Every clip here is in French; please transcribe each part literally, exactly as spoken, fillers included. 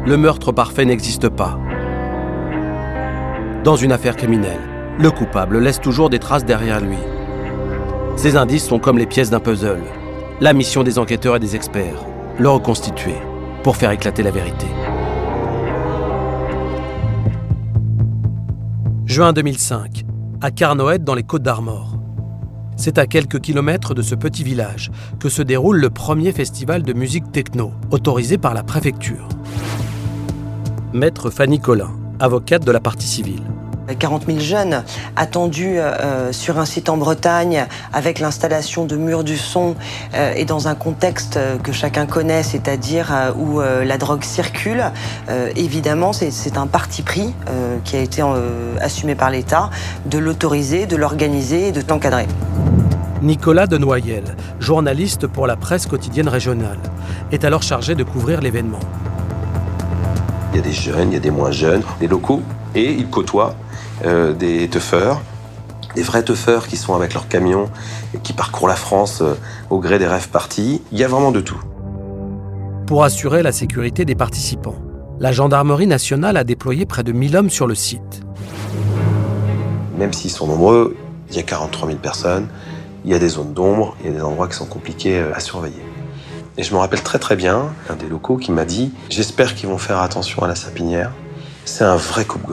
le meurtre parfait n'existe pas. Dans une affaire criminelle, le coupable laisse toujours des traces derrière lui. Ces indices sont comme les pièces d'un puzzle. La mission des enquêteurs et des experts, le reconstituer pour faire éclater la vérité. Juin deux mille cinq, à Carnoët dans les Côtes-d'Armor. C'est à quelques kilomètres de ce petit village que se déroule le premier festival de musique techno, autorisé par la préfecture. Maître Fanny Collin, avocate de la partie civile. quarante mille jeunes attendus euh, sur un site en Bretagne avec l'installation de murs du son euh, et dans un contexte que chacun connaît, c'est-à-dire euh, où euh, la drogue circule. Euh, évidemment, c'est, c'est un parti pris euh, qui a été euh, assumé par l'État de l'autoriser, de l'organiser et de l'encadrer. Nicolas de Noyelles, journaliste pour la presse quotidienne régionale, est alors chargé de couvrir l'événement. Il y a des jeunes, il y a des moins jeunes, des locaux, et ils côtoient euh, des teufeurs, des vrais teufeurs qui sont avec leurs camions et qui parcourent la France euh, au gré des rêves partis. Il y a vraiment de tout. Pour assurer la sécurité des participants, la gendarmerie nationale a déployé près de mille hommes sur le site. Même s'ils sont nombreux, il y a quarante-trois mille personnes, il y a des zones d'ombre, il y a des endroits qui sont compliqués à surveiller. Et je me rappelle très très bien un des locaux qui m'a dit « J'espère qu'ils vont faire attention à la sapinière, c'est un vrai coupe-gorge ».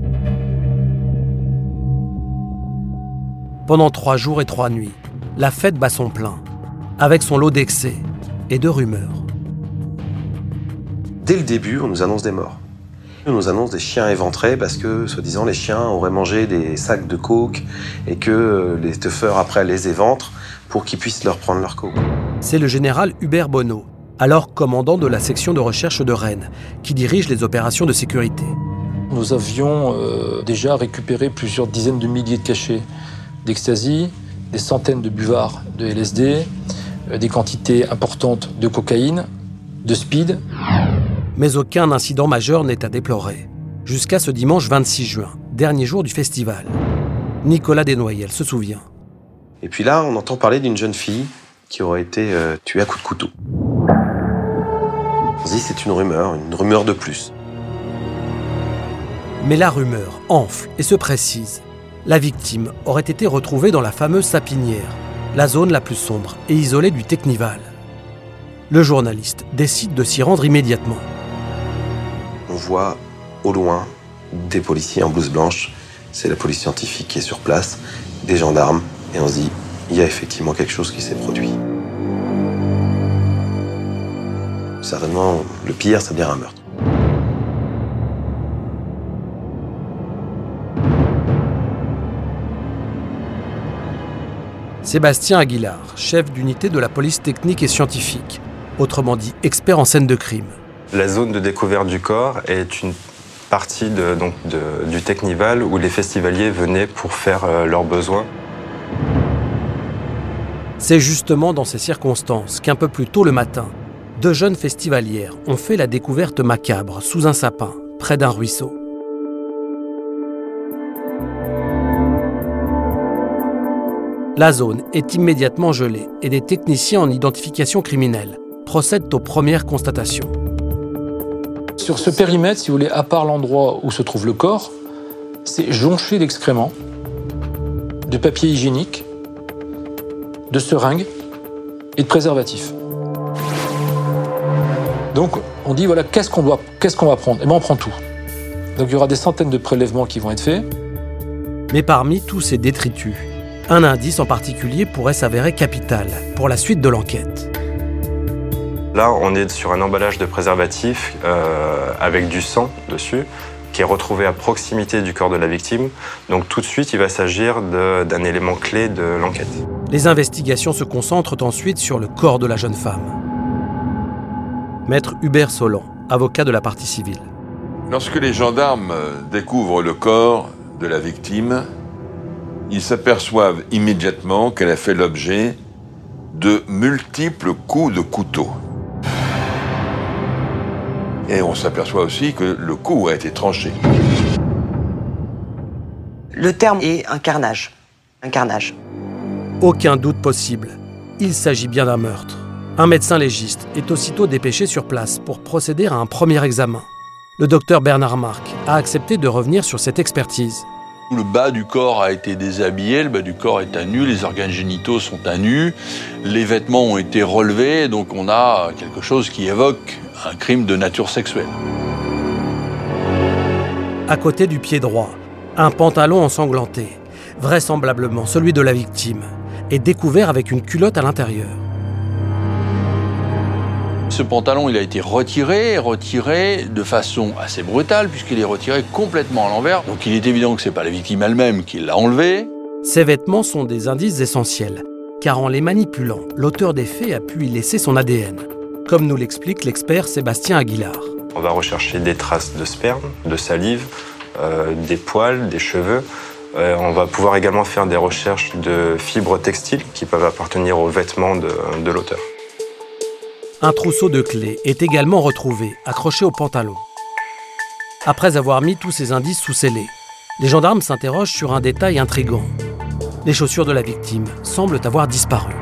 Pendant trois jours et trois nuits, la fête bat son plein, avec son lot d'excès et de rumeurs. Dès le début, on nous annonce des morts. On nous annonce des chiens éventrés parce que, soi-disant, les chiens auraient mangé des sacs de coke et que les teufeurs, après, les éventrent pour qu'ils puissent leur prendre leur coke. C'est le général Hubert Bonneau, alors commandant de la section de recherche de Rennes, qui dirige les opérations de sécurité. Nous avions euh, déjà récupéré plusieurs dizaines de milliers de cachets d'ecstasy, des centaines de buvards de L S D, euh, des quantités importantes de cocaïne, de speed. Mais aucun incident majeur n'est à déplorer. Jusqu'à ce dimanche vingt-six juin, dernier jour du festival. Nicolas Desnoyelles se souvient. Et puis là, on entend parler d'une jeune fille qui aurait été euh, tuée à coups de couteau. On se dit c'est une rumeur, une rumeur de plus. Mais la rumeur enfle et se précise. La victime aurait été retrouvée dans la fameuse sapinière, la zone la plus sombre et isolée du Teknival. Le journaliste décide de s'y rendre immédiatement. On voit au loin des policiers en blouse blanche, c'est la police scientifique qui est sur place, des gendarmes, et on se dit, il y a effectivement quelque chose qui s'est produit. Certainement, le pire, c'est bien un meurtre. Sébastien Aguilar, chef d'unité de la police technique et scientifique, autrement dit expert en scène de crime. La zone de découverte du corps est une partie de, donc de, du Teknival où les festivaliers venaient pour faire euh, leurs besoins. C'est justement dans ces circonstances qu'un peu plus tôt le matin, deux jeunes festivalières ont fait la découverte macabre sous un sapin, près d'un ruisseau. La zone est immédiatement gelée et des techniciens en identification criminelle procèdent aux premières constatations. Sur ce périmètre, si vous voulez, à part l'endroit où se trouve le corps, c'est jonché d'excréments, de papier hygiénique, de seringues et de préservatifs. Donc on dit voilà, qu'est-ce qu'on doit, qu'est-ce qu'on va prendre ? Et bien on prend tout. Donc il y aura des centaines de prélèvements qui vont être faits. Mais parmi tous ces détritus, un indice en particulier pourrait s'avérer capital pour la suite de l'enquête. Là, on est sur un emballage de préservatif euh, avec du sang dessus, qui est retrouvé à proximité du corps de la victime. Donc tout de suite, il va s'agir de, d'un élément clé de l'enquête. Les investigations se concentrent ensuite sur le corps de la jeune femme. Maître Hubert Solan, avocat de la partie civile. Lorsque les gendarmes découvrent le corps de la victime, ils s'aperçoivent immédiatement qu'elle a fait l'objet de multiples coups de couteau. Et on s'aperçoit aussi que le cou a été tranché. Le terme est un carnage. Un carnage. Aucun doute possible. Il s'agit bien d'un meurtre. Un médecin légiste est aussitôt dépêché sur place pour procéder à un premier examen. Le docteur Bernard Marc a accepté de revenir sur cette expertise. Le bas du corps a été déshabillé, le bas du corps est à nu, les organes génitaux sont à nu, les vêtements ont été relevés, donc on a quelque chose qui évoque un crime de nature sexuelle. À côté du pied droit, un pantalon ensanglanté, vraisemblablement celui de la victime, est découvert avec une culotte à l'intérieur. Ce pantalon, il a été retiré, retiré de façon assez brutale, puisqu'il est retiré complètement à l'envers. Donc il est évident que ce n'est pas la victime elle-même qui l'a enlevé. Ces vêtements sont des indices essentiels, car en les manipulant, l'auteur des faits a pu y laisser son A D N, comme nous l'explique l'expert Sébastien Aguilar. On va rechercher des traces de sperme, de salive, euh, des poils, des cheveux. Euh, on va pouvoir également faire des recherches de fibres textiles qui peuvent appartenir aux vêtements de, de l'auteur. Un trousseau de clés est également retrouvé, accroché au pantalon. Après avoir mis tous ces indices sous scellés, les gendarmes s'interrogent sur un détail intrigant. Les chaussures de la victime semblent avoir disparu.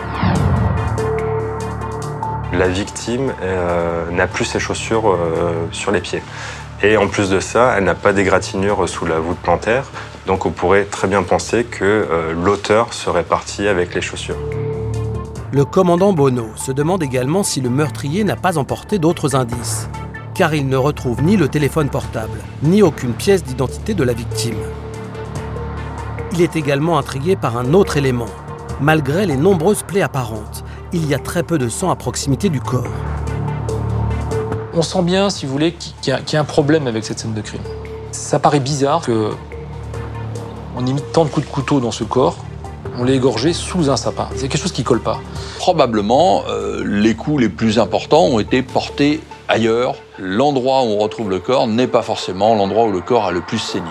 La victime euh, n'a plus ses chaussures euh, sur les pieds. Et en plus de ça, elle n'a pas d'égratignure sous la voûte plantaire, donc on pourrait très bien penser que euh, l'auteur serait parti avec les chaussures. Le commandant Bonneau se demande également si le meurtrier n'a pas emporté d'autres indices, car il ne retrouve ni le téléphone portable, ni aucune pièce d'identité de la victime. Il est également intrigué par un autre élément. Malgré les nombreuses plaies apparentes, il y a très peu de sang à proximité du corps. On sent bien, si vous voulez, qu'il y a, qu'il y a un problème avec cette scène de crime. Ça paraît bizarre qu'on ait mis tant de coups de couteau dans ce corps. On l'a égorgé sous un sapin. C'est quelque chose qui ne colle pas. Probablement, euh, les coups les plus importants ont été portés ailleurs. L'endroit où on retrouve le corps n'est pas forcément l'endroit où le corps a le plus saigné.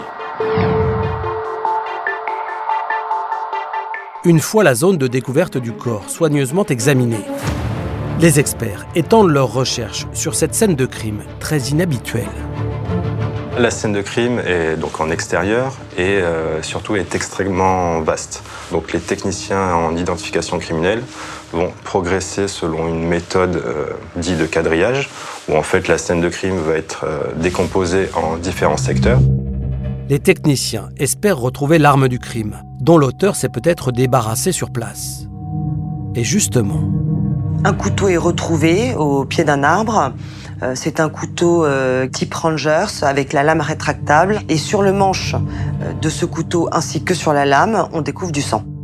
Une fois la zone de découverte du corps soigneusement examinée, les experts étendent leurs recherches sur cette scène de crime très inhabituelle. La scène de crime est donc en extérieur et euh, surtout est extrêmement vaste. Donc les techniciens en identification criminelle vont progresser selon une méthode euh, dite de quadrillage, où en fait la scène de crime va être euh, décomposée en différents secteurs. Les techniciens espèrent retrouver l'arme du crime, dont l'auteur s'est peut-être débarrassé sur place. Et justement... Un couteau est retrouvé au pied d'un arbre. C'est un couteau euh, type Rangers avec la lame rétractable. Et sur le manche de ce couteau ainsi que sur la lame, on découvre du sang.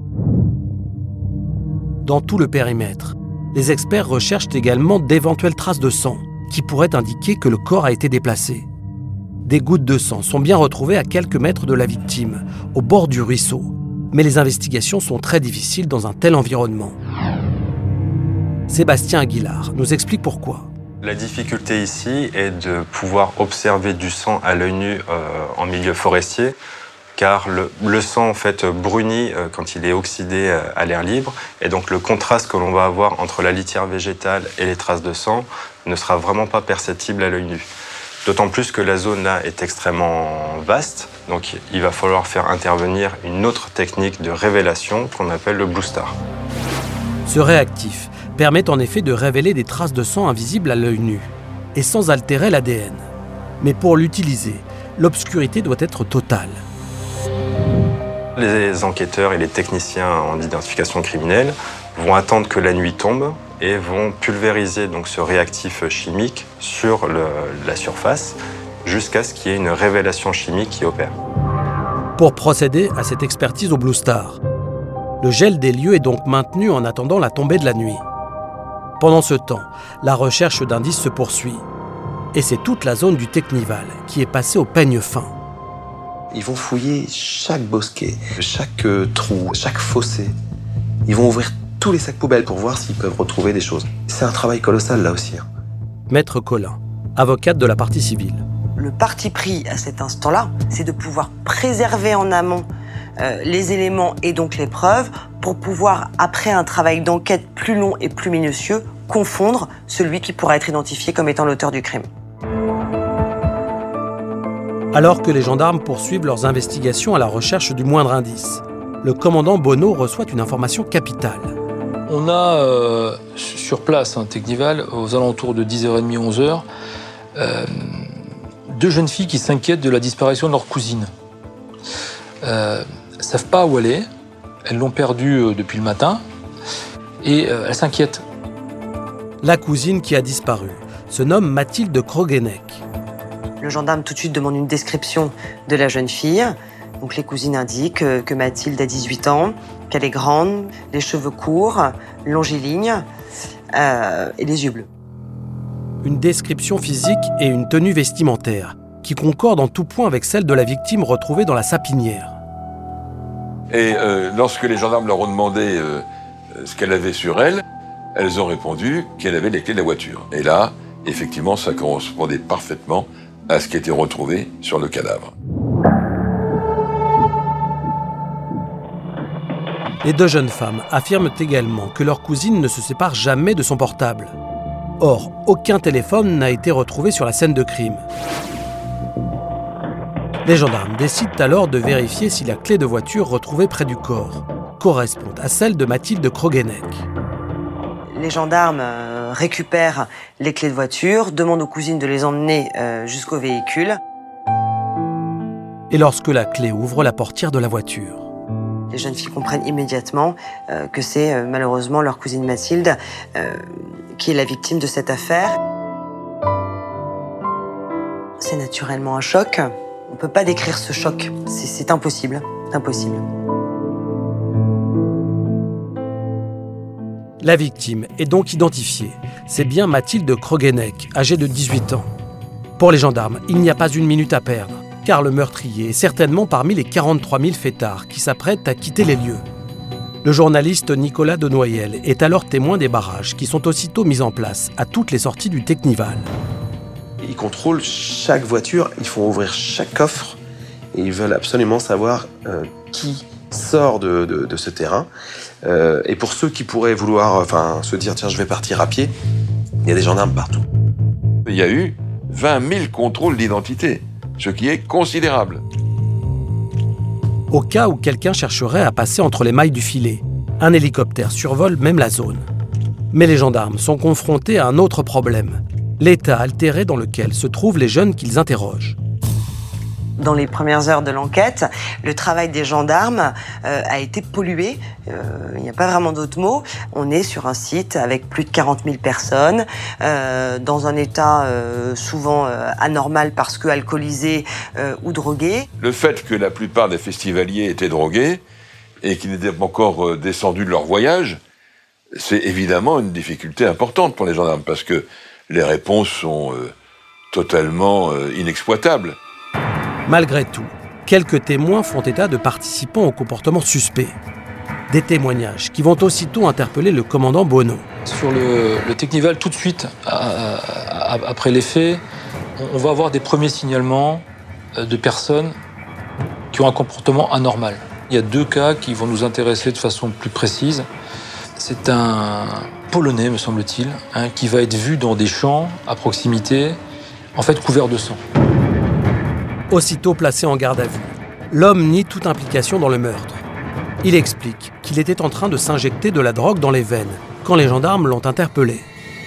Dans tout le périmètre, les experts recherchent également d'éventuelles traces de sang qui pourraient indiquer que le corps a été déplacé. Des gouttes de sang sont bien retrouvées à quelques mètres de la victime, au bord du ruisseau. Mais les investigations sont très difficiles dans un tel environnement. Sébastien Aguilar nous explique pourquoi. La difficulté ici est de pouvoir observer du sang à l'œil nu euh, en milieu forestier, car le, le sang en fait brunit euh, quand il est oxydé euh, à l'air libre, et donc le contraste que l'on va avoir entre la litière végétale et les traces de sang ne sera vraiment pas perceptible à l'œil nu. D'autant plus que la zone là est extrêmement vaste, donc il va falloir faire intervenir une autre technique de révélation qu'on appelle le Blue Star. Ce réactif permet en effet de révéler des traces de sang invisibles à l'œil nu, et sans altérer l'A D N. Mais pour l'utiliser, l'obscurité doit être totale. Les enquêteurs et les techniciens en identification criminelle vont attendre que la nuit tombe et vont pulvériser donc ce réactif chimique sur le, la surface jusqu'à ce qu'il y ait une révélation chimique qui opère. Pour procéder à cette expertise au Blue Star, le gel des lieux est donc maintenu en attendant la tombée de la nuit. Pendant ce temps, la recherche d'indices se poursuit. Et c'est toute la zone du Technival qui est passée au peigne fin. Ils vont fouiller chaque bosquet, chaque euh, trou, chaque fossé. Ils vont ouvrir tous les sacs poubelles pour voir s'ils peuvent retrouver des choses. C'est un travail colossal là aussi. Hein. Maître Collin, avocate de la partie civile. Le parti pris à cet instant-là, c'est de pouvoir préserver en amont euh, les éléments et donc les preuves pour pouvoir, après un travail d'enquête plus long et plus minutieux, confondre celui qui pourra être identifié comme étant l'auteur du crime. Alors que les gendarmes poursuivent leurs investigations à la recherche du moindre indice, le commandant Bonneau reçoit une information capitale. On a euh, sur place, hein, Technival, aux alentours de dix heures trente, onze heures, euh, deux jeunes filles qui s'inquiètent de la disparition de leur cousine. Euh, elles ne savent pas où elle est, elles l'ont perdue euh, depuis le matin, et euh, elles s'inquiètent. La cousine qui a disparu se nomme Mathilde Krogenek. Le gendarme tout de suite demande une description de la jeune fille. Donc les cousines indiquent que Mathilde a dix-huit ans, qu'elle est grande, les cheveux courts, longilignes euh, et les yeux bleus. Une description physique et une tenue vestimentaire qui concordent en tout point avec celle de la victime retrouvée dans la sapinière. Et euh, lorsque les gendarmes leur ont demandé euh, ce qu'elle avait sur elle, elles ont répondu qu'elle avait les clés de la voiture. Et là, effectivement, ça correspondait parfaitement à ce qui était retrouvé sur le cadavre. Les deux jeunes femmes affirment également que leur cousine ne se sépare jamais de son portable. Or, aucun téléphone n'a été retrouvé sur la scène de crime. Les gendarmes décident alors de vérifier si la clé de voiture retrouvée près du corps correspond à celle de Mathilde Krogenek. Les gendarmes récupèrent les clés de voiture, demandent aux cousines de les emmener jusqu'au véhicule. Et lorsque la clé ouvre la portière de la voiture, les jeunes filles comprennent immédiatement que c'est malheureusement leur cousine Mathilde qui est la victime de cette affaire. C'est naturellement un choc. On ne peut pas décrire ce choc. C'est, c'est impossible. Impossible. La victime est donc identifiée. C'est bien Mathilde Krogenek, âgée de dix-huit ans. Pour les gendarmes, il n'y a pas une minute à perdre, car le meurtrier est certainement parmi les quarante-trois mille fêtards qui s'apprêtent à quitter les lieux. Le journaliste Nicolas Denoyel est alors témoin des barrages qui sont aussitôt mis en place à toutes les sorties du Technival. Ils contrôlent chaque voiture, ils font ouvrir chaque coffre et ils veulent absolument savoir euh, qui sort de, de, de ce terrain. Euh, et pour ceux qui pourraient vouloir enfin, se dire « tiens, je vais partir à pied », il y a des gendarmes partout. Il y a eu vingt mille contrôles d'identité, ce qui est considérable. Au cas où quelqu'un chercherait à passer entre les mailles du filet, un hélicoptère survole même la zone. Mais les gendarmes sont confrontés à un autre problème, l'état altéré dans lequel se trouvent les jeunes qu'ils interrogent. Dans les premières heures de l'enquête, le travail des gendarmes euh, a été pollué. Euh, il n'y a pas vraiment d'autre mot. On est sur un site avec plus de quarante mille personnes, euh, dans un état euh, souvent euh, anormal parce que alcoolisés euh, ou drogués. Le fait que la plupart des festivaliers étaient drogués et qu'ils n'étaient pas encore descendus de leur voyage, c'est évidemment une difficulté importante pour les gendarmes parce que les réponses sont euh, totalement euh, inexploitables. Malgré tout, quelques témoins font état de participants au comportement suspect. Des témoignages qui vont aussitôt interpeller le commandant Bonneau. Sur le, le Technival, tout de suite, à, à, après les faits, on, on va avoir des premiers signalements de personnes qui ont un comportement anormal. Il y a deux cas qui vont nous intéresser de façon plus précise. C'est un Polonais, me semble-t-il, hein, qui va être vu dans des champs à proximité, en fait couvert de sang. Aussitôt placé en garde à vue, l'homme nie toute implication dans le meurtre. Il explique qu'il était en train de s'injecter de la drogue dans les veines quand les gendarmes l'ont interpellé.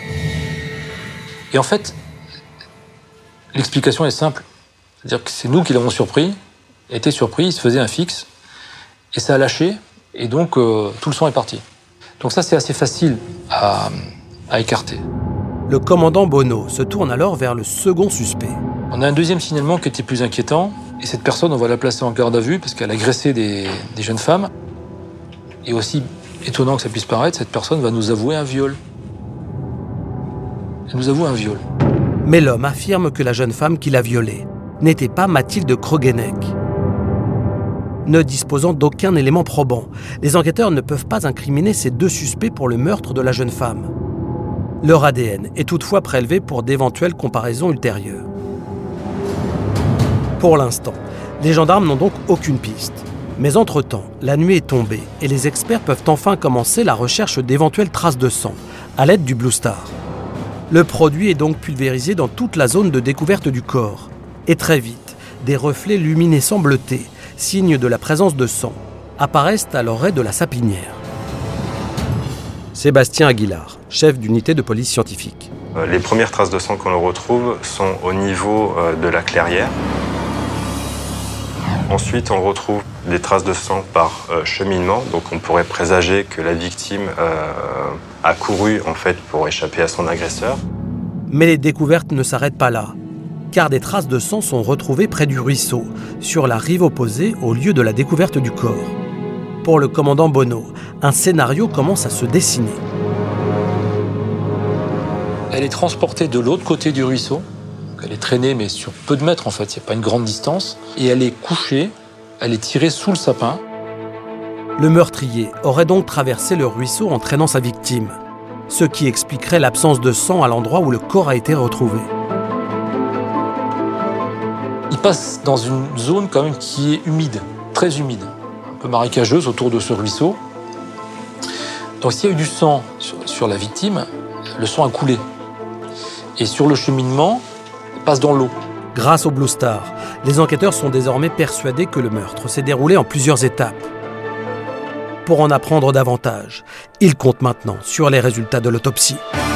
Et en fait, l'explication est simple. C'est-à-dire que c'est nous qui l'avons surpris, il était surpris, il se faisait un fixe, et ça a lâché, et donc euh, tout le sang est parti. Donc ça, c'est assez facile à, à écarter. Le commandant Bonneau se tourne alors vers le second suspect. On a un deuxième signalement qui était plus inquiétant, et cette personne, on va la placer en garde à vue parce qu'elle a agressé des, des jeunes femmes. Et aussi étonnant que ça puisse paraître, cette personne va nous avouer un viol. Elle nous avoue un viol. Mais l'homme affirme que la jeune femme qui l'a violée n'était pas Mathilde Krogenek. Ne disposant d'aucun élément probant, les enquêteurs ne peuvent pas incriminer ces deux suspects pour le meurtre de la jeune femme. Leur A D N est toutefois prélevé pour d'éventuelles comparaisons ultérieures. Pour l'instant, les gendarmes n'ont donc aucune piste. Mais entre-temps, la nuit est tombée et les experts peuvent enfin commencer la recherche d'éventuelles traces de sang à l'aide du Blue Star. Le produit est donc pulvérisé dans toute la zone de découverte du corps. Et très vite, des reflets luminescents bleutés, signe de la présence de sang, apparaissent à l'oreille de la sapinière. Sébastien Aguilar, chef d'unité de police scientifique. Les premières traces de sang qu'on retrouve sont au niveau de la clairière. Ensuite, on retrouve des traces de sang par euh, cheminement, donc on pourrait présager que la victime euh, a couru en fait pour échapper à son agresseur. Mais les découvertes ne s'arrêtent pas là, car des traces de sang sont retrouvées près du ruisseau, sur la rive opposée au lieu de la découverte du corps. Pour le commandant Bonneau, un scénario commence à se dessiner. Elle est transportée de l'autre côté du ruisseau. Elle est traînée, mais sur peu de mètres en fait, il n'y a pas une grande distance. Et elle est couchée, elle est tirée sous le sapin. Le meurtrier aurait donc traversé le ruisseau en traînant sa victime, ce qui expliquerait l'absence de sang à l'endroit où le corps a été retrouvé. Il passe dans une zone quand même qui est humide, très humide, un peu marécageuse autour de ce ruisseau. Donc s'il y a eu du sang sur, sur la victime, le sang a coulé. Et sur le cheminement, passe dans l'eau. Grâce au Blue Star, les enquêteurs sont désormais persuadés que le meurtre s'est déroulé en plusieurs étapes. Pour en apprendre davantage, ils comptent maintenant sur les résultats de l'autopsie.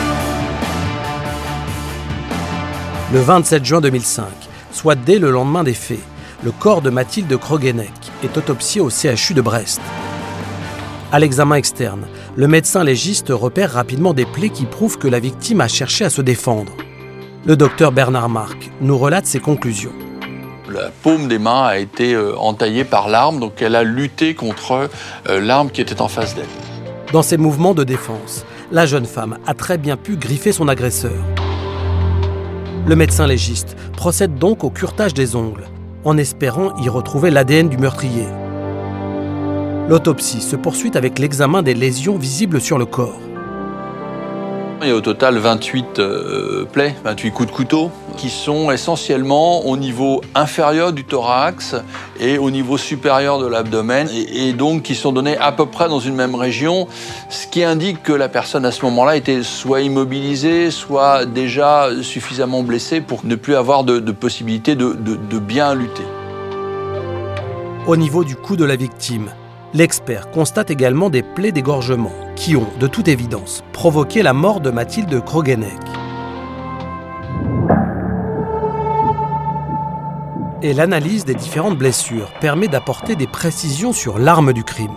Le vingt-sept juin deux mille cinq, soit dès le lendemain des faits, le corps de Mathilde Krogenek est autopsié au C H U de Brest. À l'examen externe, le médecin légiste repère rapidement des plaies qui prouvent que la victime a cherché à se défendre. Le docteur Bernard Marc nous relate ses conclusions. La paume des mains a été euh, entaillée par l'arme, donc elle a lutté contre euh, l'arme qui était en face d'elle. Dans ses mouvements de défense, la jeune femme a très bien pu griffer son agresseur. Le médecin légiste procède donc au curetage des ongles, en espérant y retrouver l'A D N du meurtrier. L'autopsie se poursuit avec l'examen des lésions visibles sur le corps. Il y a au total vingt-huit euh, plaies, vingt-huit coups de couteau, qui sont essentiellement au niveau inférieur du thorax et au niveau supérieur de l'abdomen, et, et donc qui sont donnés à peu près dans une même région, ce qui indique que la personne à ce moment-là était soit immobilisée, soit déjà suffisamment blessée pour ne plus avoir de, de possibilité de, de, de bien lutter. Au niveau du cou de la victime, l'expert constate également des plaies d'égorgement qui ont, de toute évidence, provoqué la mort de Mathilde Krogenek. Et l'analyse des différentes blessures permet d'apporter des précisions sur l'arme du crime.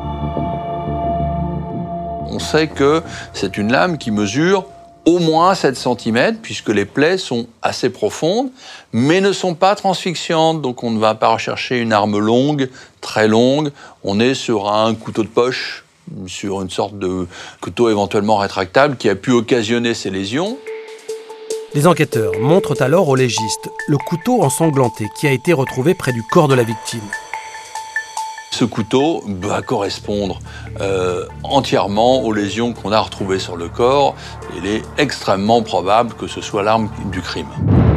On sait que c'est une lame qui mesure au moins sept centimètres, puisque les plaies sont assez profondes, mais ne sont pas transfixiantes. Donc on ne va pas rechercher une arme longue, très longue. On est sur un couteau de poche, sur une sorte de couteau éventuellement rétractable qui a pu occasionner ces lésions. Les enquêteurs montrent alors au légiste le couteau ensanglanté qui a été retrouvé près du corps de la victime. Ce couteau va correspondre euh, entièrement aux lésions qu'on a retrouvées sur le corps. Il est extrêmement probable que ce soit l'arme du crime.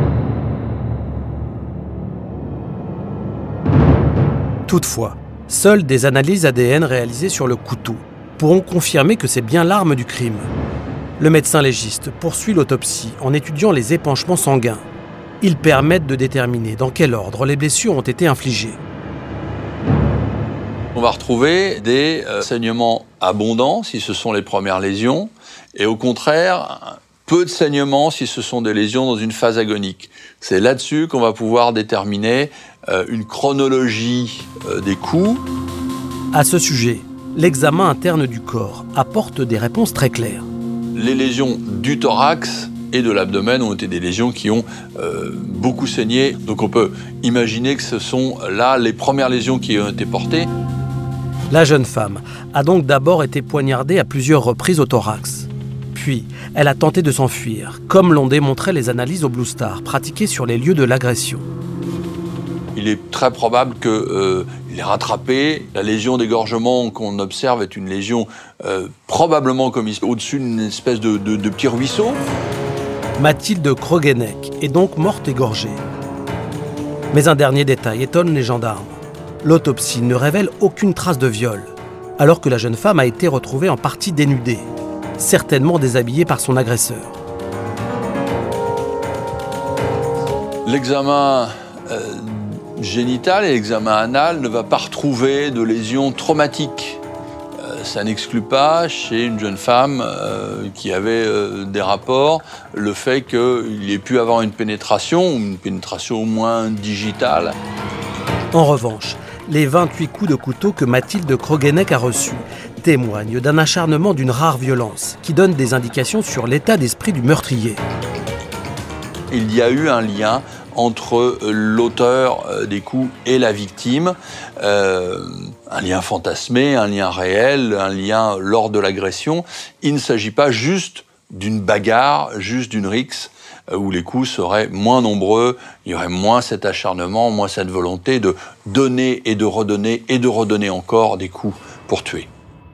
Toutefois, seules des analyses A D N réalisées sur le couteau pourront confirmer que c'est bien l'arme du crime. Le médecin légiste poursuit l'autopsie en étudiant les épanchements sanguins. Ils permettent de déterminer dans quel ordre les blessures ont été infligées. On va retrouver des euh, saignements abondants si ce sont les premières lésions, et au contraire, peu de saignements si ce sont des lésions dans une phase agonique. C'est là-dessus qu'on va pouvoir déterminer euh, une chronologie euh, des coups. À ce sujet, l'examen interne du corps apporte des réponses très claires. Les lésions du thorax et de l'abdomen ont été des lésions qui ont euh, beaucoup saigné. Donc on peut imaginer que ce sont là les premières lésions qui ont été portées. La jeune femme a donc d'abord été poignardée à plusieurs reprises au thorax. Puis, elle a tenté de s'enfuir, comme l'ont démontré les analyses au Blue Star pratiquées sur les lieux de l'agression. Il est très probable qu'il euh, ait rattrapé. La lésion d'égorgement qu'on observe est une lésion euh, probablement commise au-dessus d'une espèce de, de, de petit ruisseau. Mathilde Krogenek est donc morte égorgée. Mais un dernier détail étonne les gendarmes. L'autopsie ne révèle aucune trace de viol, alors que la jeune femme a été retrouvée en partie dénudée, certainement déshabillée par son agresseur. L'examen euh, génital et l'examen anal ne va pas retrouver de lésions traumatiques. Euh, ça n'exclut pas chez une jeune femme euh, qui avait euh, des rapports le fait qu'il ait pu avoir une pénétration, une pénétration au moins digitale. En revanche, les vingt-huit coups de couteau que Mathilde Krogeneck a reçus témoignent d'un acharnement d'une rare violence qui donne des indications sur l'état d'esprit du meurtrier. Il y a eu un lien entre l'auteur des coups et la victime, euh, un lien fantasmé, un lien réel, un lien lors de l'agression. Il ne s'agit pas juste d'une bagarre, juste d'une rixe, où les coups seraient moins nombreux, il y aurait moins cet acharnement, moins cette volonté de donner et de redonner et de redonner encore des coups pour tuer.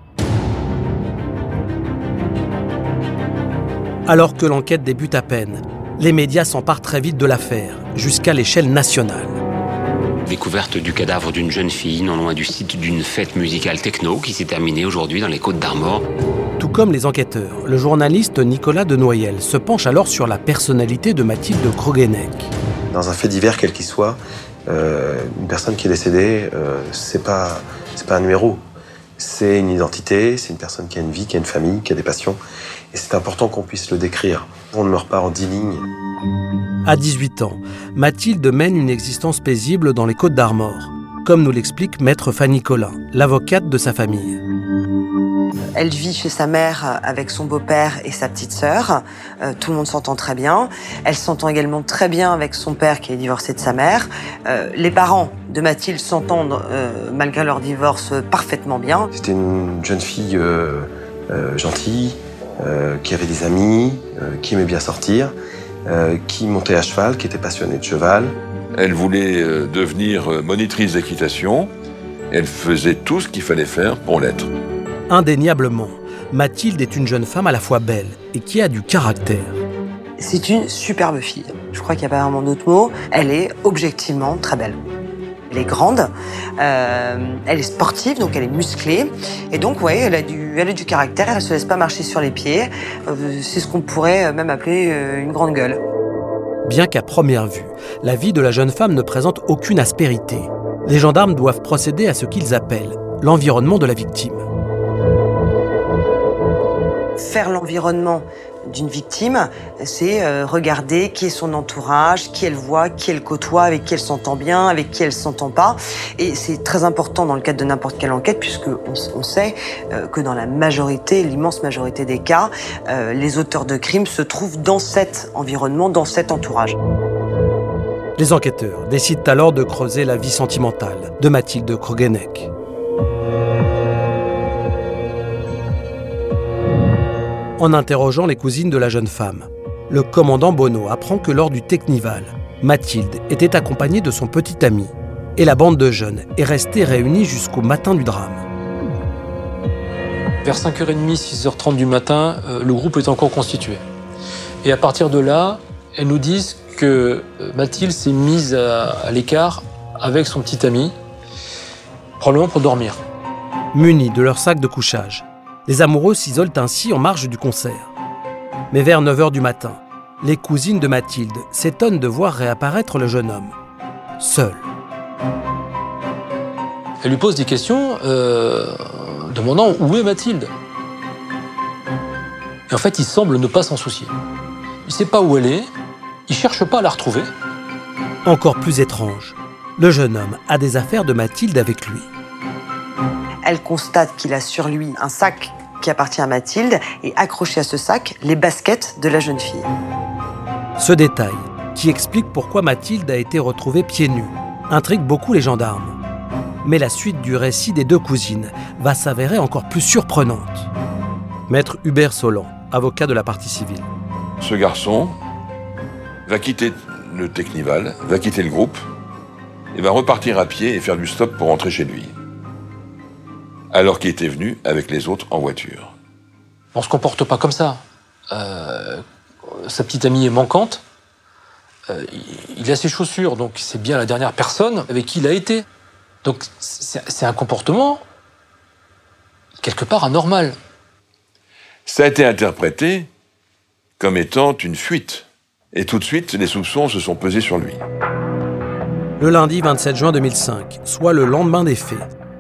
Alors que l'enquête débute à peine, les médias s'emparent très vite de l'affaire, jusqu'à l'échelle nationale. Découverte du cadavre d'une jeune fille non loin du site d'une fête musicale techno qui s'est terminée aujourd'hui dans les Côtes d'Armor. Tout comme les enquêteurs, le journaliste Nicolas Denoyel se penche alors sur la personnalité de Mathilde Krogeneck. Dans un fait divers, quel qu'il soit, euh, une personne qui est décédée, euh, c'est pas, c'est pas un numéro. C'est une identité, c'est une personne qui a une vie, qui a une famille, qui a des passions. Et c'est important qu'on puisse le décrire. On ne meurt pas en dix lignes. À dix-huit ans, Mathilde mène une existence paisible dans les Côtes d'Armor, comme nous l'explique maître Fanny Collin, l'avocate de sa famille. Elle vit chez sa mère avec son beau-père et sa petite sœur. Euh, tout le monde s'entend très bien. Elle s'entend également très bien avec son père qui est divorcé de sa mère. Euh, les parents de Mathilde s'entendent, euh, malgré leur divorce, parfaitement bien. C'était une jeune fille euh, euh, gentille, euh, qui avait des amis, euh, qui aimait bien sortir, euh, qui montait à cheval, qui était passionnée de cheval. Elle voulait euh, devenir monitrice d'équitation. Elle faisait tout ce qu'il fallait faire pour l'être. Indéniablement, Mathilde est une jeune femme à la fois belle et qui a du caractère. C'est une superbe fille. Je crois qu'il n'y a pas vraiment d'autre mot. Elle est objectivement très belle. Elle est grande, euh, elle est sportive, donc elle est musclée. Et donc, ouais, elle a du, elle a du caractère, elle ne se laisse pas marcher sur les pieds. Euh, c'est ce qu'on pourrait même appeler euh, une grande gueule. Bien qu'à première vue, la vie de la jeune femme ne présente aucune aspérité, les gendarmes doivent procéder à ce qu'ils appellent l'environnement de la victime. Faire l'environnement d'une victime, c'est euh, regarder qui est son entourage, qui elle voit, qui elle côtoie, avec qui elle s'entend bien, avec qui elle s'entend pas. Et c'est très important dans le cadre de n'importe quelle enquête, puisqu'on on sait euh, que dans la majorité, l'immense majorité des cas, euh, les auteurs de crimes se trouvent dans cet environnement, dans cet entourage. Les enquêteurs décident alors de creuser la vie sentimentale de Mathilde Krogeneck. En interrogeant les cousines de la jeune femme, le commandant Bonneau apprend que lors du Technival, Mathilde était accompagnée de son petit ami et la bande de jeunes est restée réunie jusqu'au matin du drame. Vers cinq heures trente, six heures trente du matin, euh, le groupe est encore constitué. Et à partir de là, elles nous disent que Mathilde s'est mise à, à l'écart avec son petit ami, probablement pour dormir. Munis de leur sac de couchage, les amoureux s'isolent ainsi en marge du concert. Mais vers neuf heures du matin, les cousines de Mathilde s'étonnent de voir réapparaître le jeune homme, seul. Elle lui pose des questions, euh, demandant où est Mathilde. Et en fait, il semble ne pas s'en soucier. Il ne sait pas où elle est, il ne cherche pas à la retrouver. Encore plus étrange, le jeune homme a des affaires de Mathilde avec lui. Elle constate qu'il a sur lui un sac qui appartient à Mathilde et accroché à ce sac, les baskets de la jeune fille. Ce détail, qui explique pourquoi Mathilde a été retrouvée pieds nus, intrigue beaucoup les gendarmes. Mais la suite du récit des deux cousines va s'avérer encore plus surprenante. Maître Hubert Solan, avocat de la partie civile. Ce garçon va quitter le Technival, va quitter le groupe et va repartir à pied et faire du stop pour rentrer chez lui. Alors qu'il était venu avec les autres en voiture. On ne se comporte pas comme ça. Euh, sa petite amie est manquante. Euh, il a ses chaussures, donc c'est bien la dernière personne avec qui il a été. Donc c'est, c'est un comportement quelque part anormal. Ça a été interprété comme étant une fuite. Et tout de suite, les soupçons se sont pesés sur lui. Le lundi vingt-sept juin deux mille cinq, soit le lendemain des faits,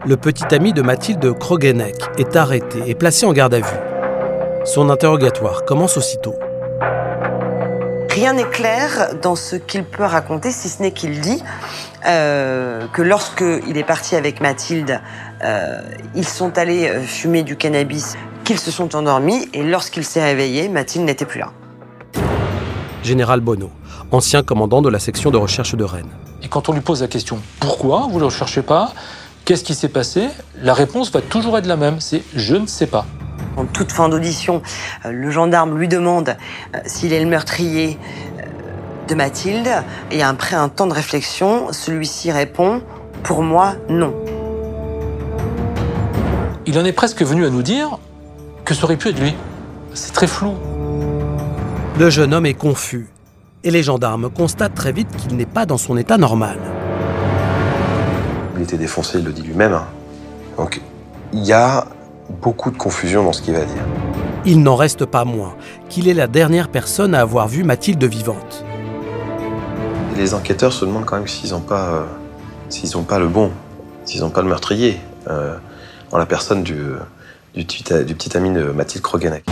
le petit ami de Mathilde Krogeneck est arrêté et placé en garde à vue. Son interrogatoire commence aussitôt. Rien n'est clair dans ce qu'il peut raconter, si ce n'est qu'il dit euh, que lorsqu'il est parti avec Mathilde, euh, ils sont allés fumer du cannabis, qu'ils se sont endormis, et lorsqu'il s'est réveillé, Mathilde n'était plus là. Général Bonneau, ancien commandant de la section de recherche de Rennes. Et quand on lui pose la question « Pourquoi vous ne le recherchez pas ? Qu'est-ce qui s'est passé ?» La réponse va toujours être la même, c'est « Je ne sais pas ». En toute fin d'audition, le gendarme lui demande s'il est le meurtrier de Mathilde. Et après un temps de réflexion, celui-ci répond « Pour moi, non ». Il en est presque venu à nous dire que ça aurait pu être lui. C'est très flou. Le jeune homme est confus. Et les gendarmes constatent très vite qu'il n'est pas dans son état normal. Il était défoncé, il le dit lui-même. Hein. Donc, il y a beaucoup de confusion dans ce qu'il va dire. Il n'en reste pas moins qu'il est la dernière personne à avoir vu Mathilde vivante. Et les enquêteurs se demandent quand même s'ils n'ont pas, euh, s'ils n'ont pas le bon, s'ils n'ont pas le meurtrier, euh, en la personne du, du, du, du petit ami de Mathilde Krogeneck.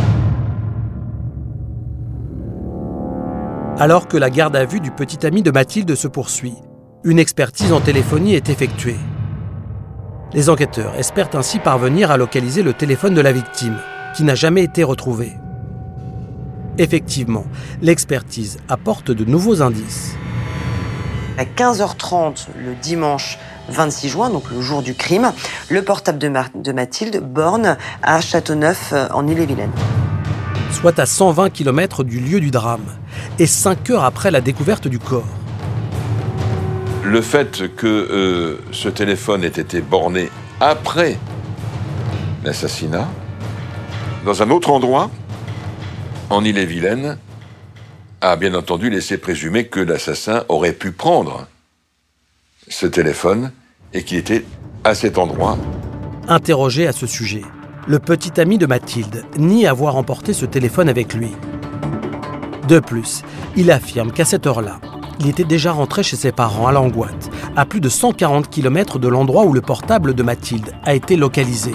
Alors que la garde à vue du petit ami de Mathilde se poursuit, une expertise en téléphonie est effectuée. Les enquêteurs espèrent ainsi parvenir à localiser le téléphone de la victime, qui n'a jamais été retrouvé. Effectivement, l'expertise apporte de nouveaux indices. À quinze heures trente, le dimanche vingt-six juin, donc le jour du crime, le portable de, Mar- de Mathilde borne à Châteauneuf, en Ille-et-Vilaine. Soit à cent vingt kilomètres du lieu du drame, et cinq heures après la découverte du corps. Le fait que euh, ce téléphone ait été borné après l'assassinat, dans un autre endroit, en Ille-et-Vilaine, a bien entendu laissé présumer que l'assassin aurait pu prendre ce téléphone et qu'il était à cet endroit. Interrogé à ce sujet, le petit ami de Mathilde nie avoir emporté ce téléphone avec lui. De plus, il affirme qu'à cette heure-là, il était déjà rentré chez ses parents à Langoite, à plus de cent quarante kilomètres de l'endroit où le portable de Mathilde a été localisé.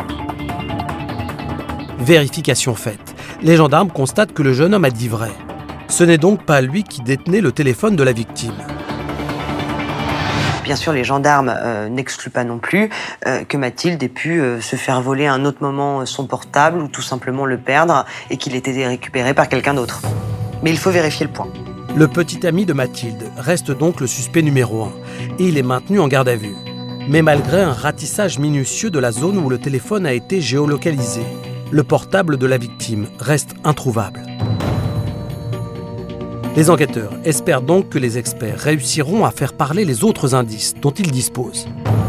Vérification faite, les gendarmes constatent que le jeune homme a dit vrai. Ce n'est donc pas lui qui détenait le téléphone de la victime. Bien sûr, les gendarmes euh, n'excluent pas non plus euh, que Mathilde ait pu euh, se faire voler à un autre moment son portable ou tout simplement le perdre et qu'il ait été récupéré par quelqu'un d'autre. Mais il faut vérifier le point. Le petit ami de Mathilde reste donc le suspect numéro un et il est maintenu en garde à vue. Mais malgré un ratissage minutieux de la zone où le téléphone a été géolocalisé, le portable de la victime reste introuvable. Les enquêteurs espèrent donc que les experts réussiront à faire parler les autres indices dont ils disposent.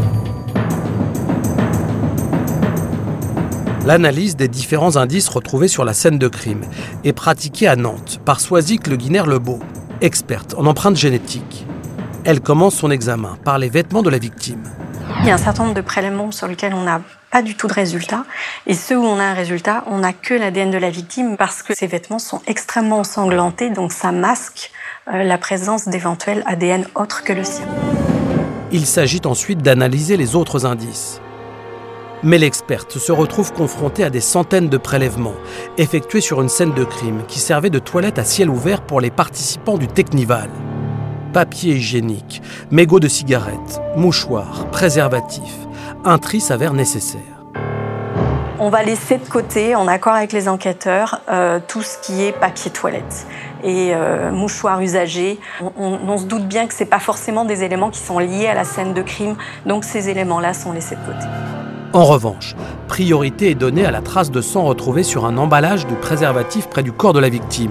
L'analyse des différents indices retrouvés sur la scène de crime est pratiquée à Nantes par Soisic Le Guiner-Lebeau, experte en empreintes génétiques. Elle commence son examen par les vêtements de la victime. Il y a un certain nombre de prélèvements sur lesquels on n'a pas du tout de résultat. Et ceux où on a un résultat, on n'a que l'A D N de la victime parce que ces vêtements sont extrêmement ensanglantés, donc ça masque euh, la présence d'éventuels A D N autres que le sien. Il s'agit ensuite d'analyser les autres indices. Mais l'experte se retrouve confrontée à des centaines de prélèvements effectués sur une scène de crime qui servait de toilette à ciel ouvert pour les participants du Technival. Papier hygiénique, mégots de cigarettes, mouchoirs, préservatifs. Un tri s'avère nécessaire. On va laisser de côté, en accord avec les enquêteurs, euh, tout ce qui est papier toilette et euh, mouchoirs usagés. On, on, on se doute bien que ce n'est pas forcément des éléments qui sont liés à la scène de crime, donc ces éléments-là sont laissés de côté. En revanche, priorité est donnée à la trace de sang retrouvée sur un emballage de préservatif près du corps de la victime.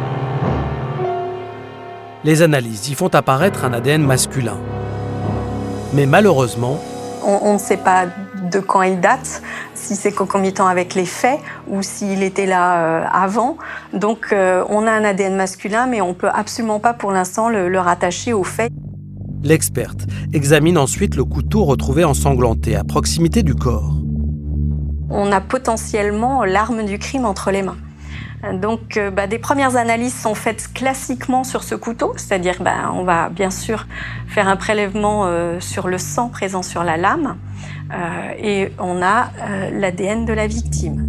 Les analyses y font apparaître un A D N masculin. Mais malheureusement, on ne sait pas de quand il date, si c'est concomitant avec les faits ou s'il était là euh, avant. Donc euh, on a un A D N masculin, mais on ne peut absolument pas pour l'instant le, le rattacher aux faits. L'experte examine ensuite le couteau retrouvé ensanglanté à proximité du corps. On a potentiellement l'arme du crime entre les mains. Donc, euh, bah, des premières analyses sont faites classiquement sur ce couteau, c'est-à-dire bah, on va bien sûr faire un prélèvement euh, sur le sang présent sur la lame. euh, et on a euh, l'A D N de la victime.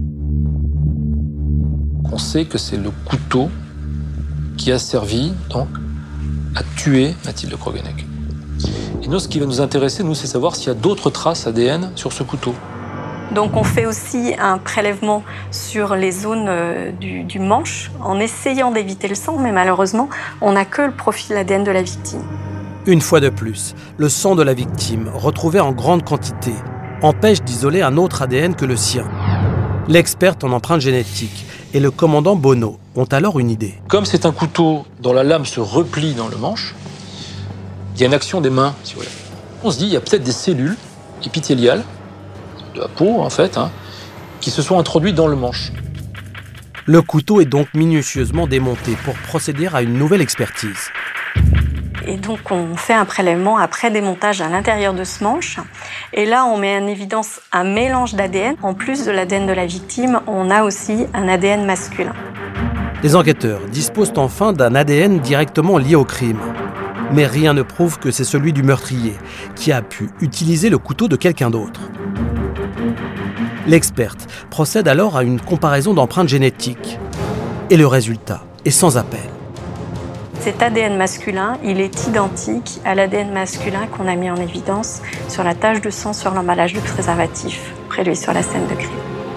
On sait que c'est le couteau qui a servi donc à tuer Mathilde Krogeneck. Et nous, ce qui va nous intéresser, nous, c'est savoir s'il y a d'autres traces A D N sur ce couteau. Donc on fait aussi un prélèvement sur les zones euh, du, du manche en essayant d'éviter le sang, mais malheureusement, on n'a que le profil A D N de la victime. Une fois de plus, le sang de la victime, retrouvé en grande quantité, empêche d'isoler un autre A D N que le sien. L'experte en empreinte génétique et le commandant Bonneau ont alors une idée. Comme c'est un couteau dont la lame se replie dans le manche, il y a une action des mains, si vous voulez. On se dit, il y a peut-être des cellules épithéliales, de la peau en fait, hein, qui se sont introduites dans le manche. Le couteau est donc minutieusement démonté pour procéder à une nouvelle expertise. Et donc on fait un prélèvement après démontage à l'intérieur de ce manche. Et là, on met en évidence un mélange d'A D N. En plus de l'A D N de la victime, on a aussi un A D N masculin. Les enquêteurs disposent enfin d'un A D N directement lié au crime. Mais rien ne prouve que c'est celui du meurtrier, qui a pu utiliser le couteau de quelqu'un d'autre. L'experte procède alors à une comparaison d'empreintes génétiques. Et le résultat est sans appel. Cet A D N masculin, il est identique à l'A D N masculin qu'on a mis en évidence sur la tache de sang sur l'emballage de préservatif, prélevé sur la scène de crime.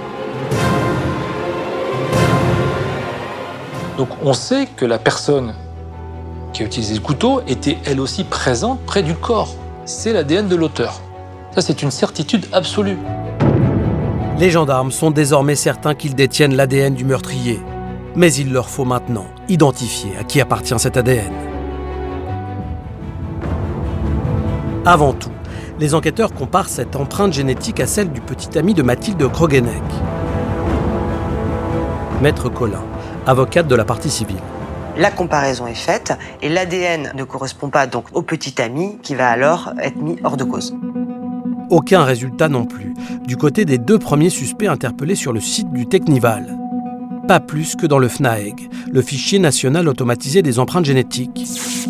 Donc on sait que la personne qui a utilisé le couteau était elle aussi présente près du corps. C'est l'A D N de l'auteur. Ça, c'est une certitude absolue. Les gendarmes sont désormais certains qu'ils détiennent l'A D N du meurtrier. Mais il leur faut maintenant identifier à qui appartient cet A D N. Avant tout, les enquêteurs comparent cette empreinte génétique à celle du petit ami de Mathilde Krogeneck. Maître Collin, avocate de la partie civile. La comparaison est faite et l'A D N ne correspond pas donc au petit ami qui va alors être mis hors de cause. Aucun résultat non plus du côté des deux premiers suspects interpellés sur le site du Teknival. Pas plus que dans le FNAEG, le fichier national automatisé des empreintes génétiques.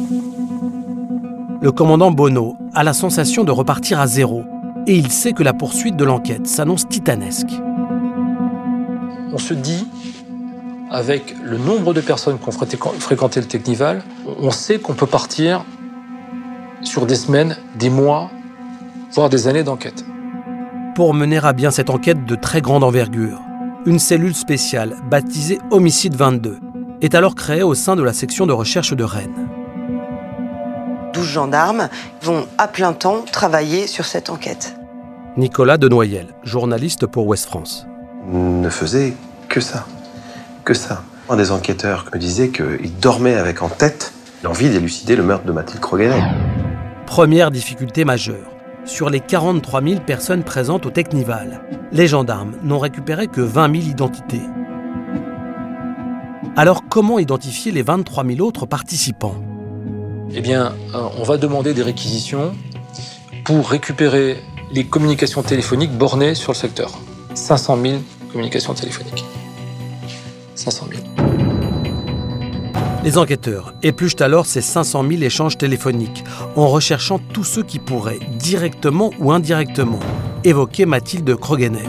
Le commandant Bonneau a la sensation de repartir à zéro et il sait que la poursuite de l'enquête s'annonce titanesque. On se dit, avec le nombre de personnes qui ont fréquenté le Teknival, on sait qu'on peut partir sur des semaines, des mois, voire des années d'enquête. Pour mener à bien cette enquête de très grande envergure, une cellule spéciale, baptisée Homicide vingt-deux, est alors créée au sein de la section de recherche de Rennes. douze gendarmes vont à plein temps travailler sur cette enquête. Nicolas Denoyel, journaliste pour Ouest France. Ne faisait que ça, que ça. Un des enquêteurs me disait qu'il dormait avec en tête l'envie d'élucider le meurtre de Mathilde Krogeneck. Première difficulté majeure. Sur les quarante-trois mille personnes présentes au Teknival, les gendarmes n'ont récupéré que vingt mille identités. Alors comment identifier les vingt-trois mille autres participants ? Eh bien, on va demander des réquisitions pour récupérer les communications téléphoniques bornées sur le secteur. cinq cent mille communications téléphoniques. cinq cent mille. Les enquêteurs épluchent alors ces cinq cent mille échanges téléphoniques en recherchant tous ceux qui pourraient, directement ou indirectement, évoquer Mathilde Krogeneck.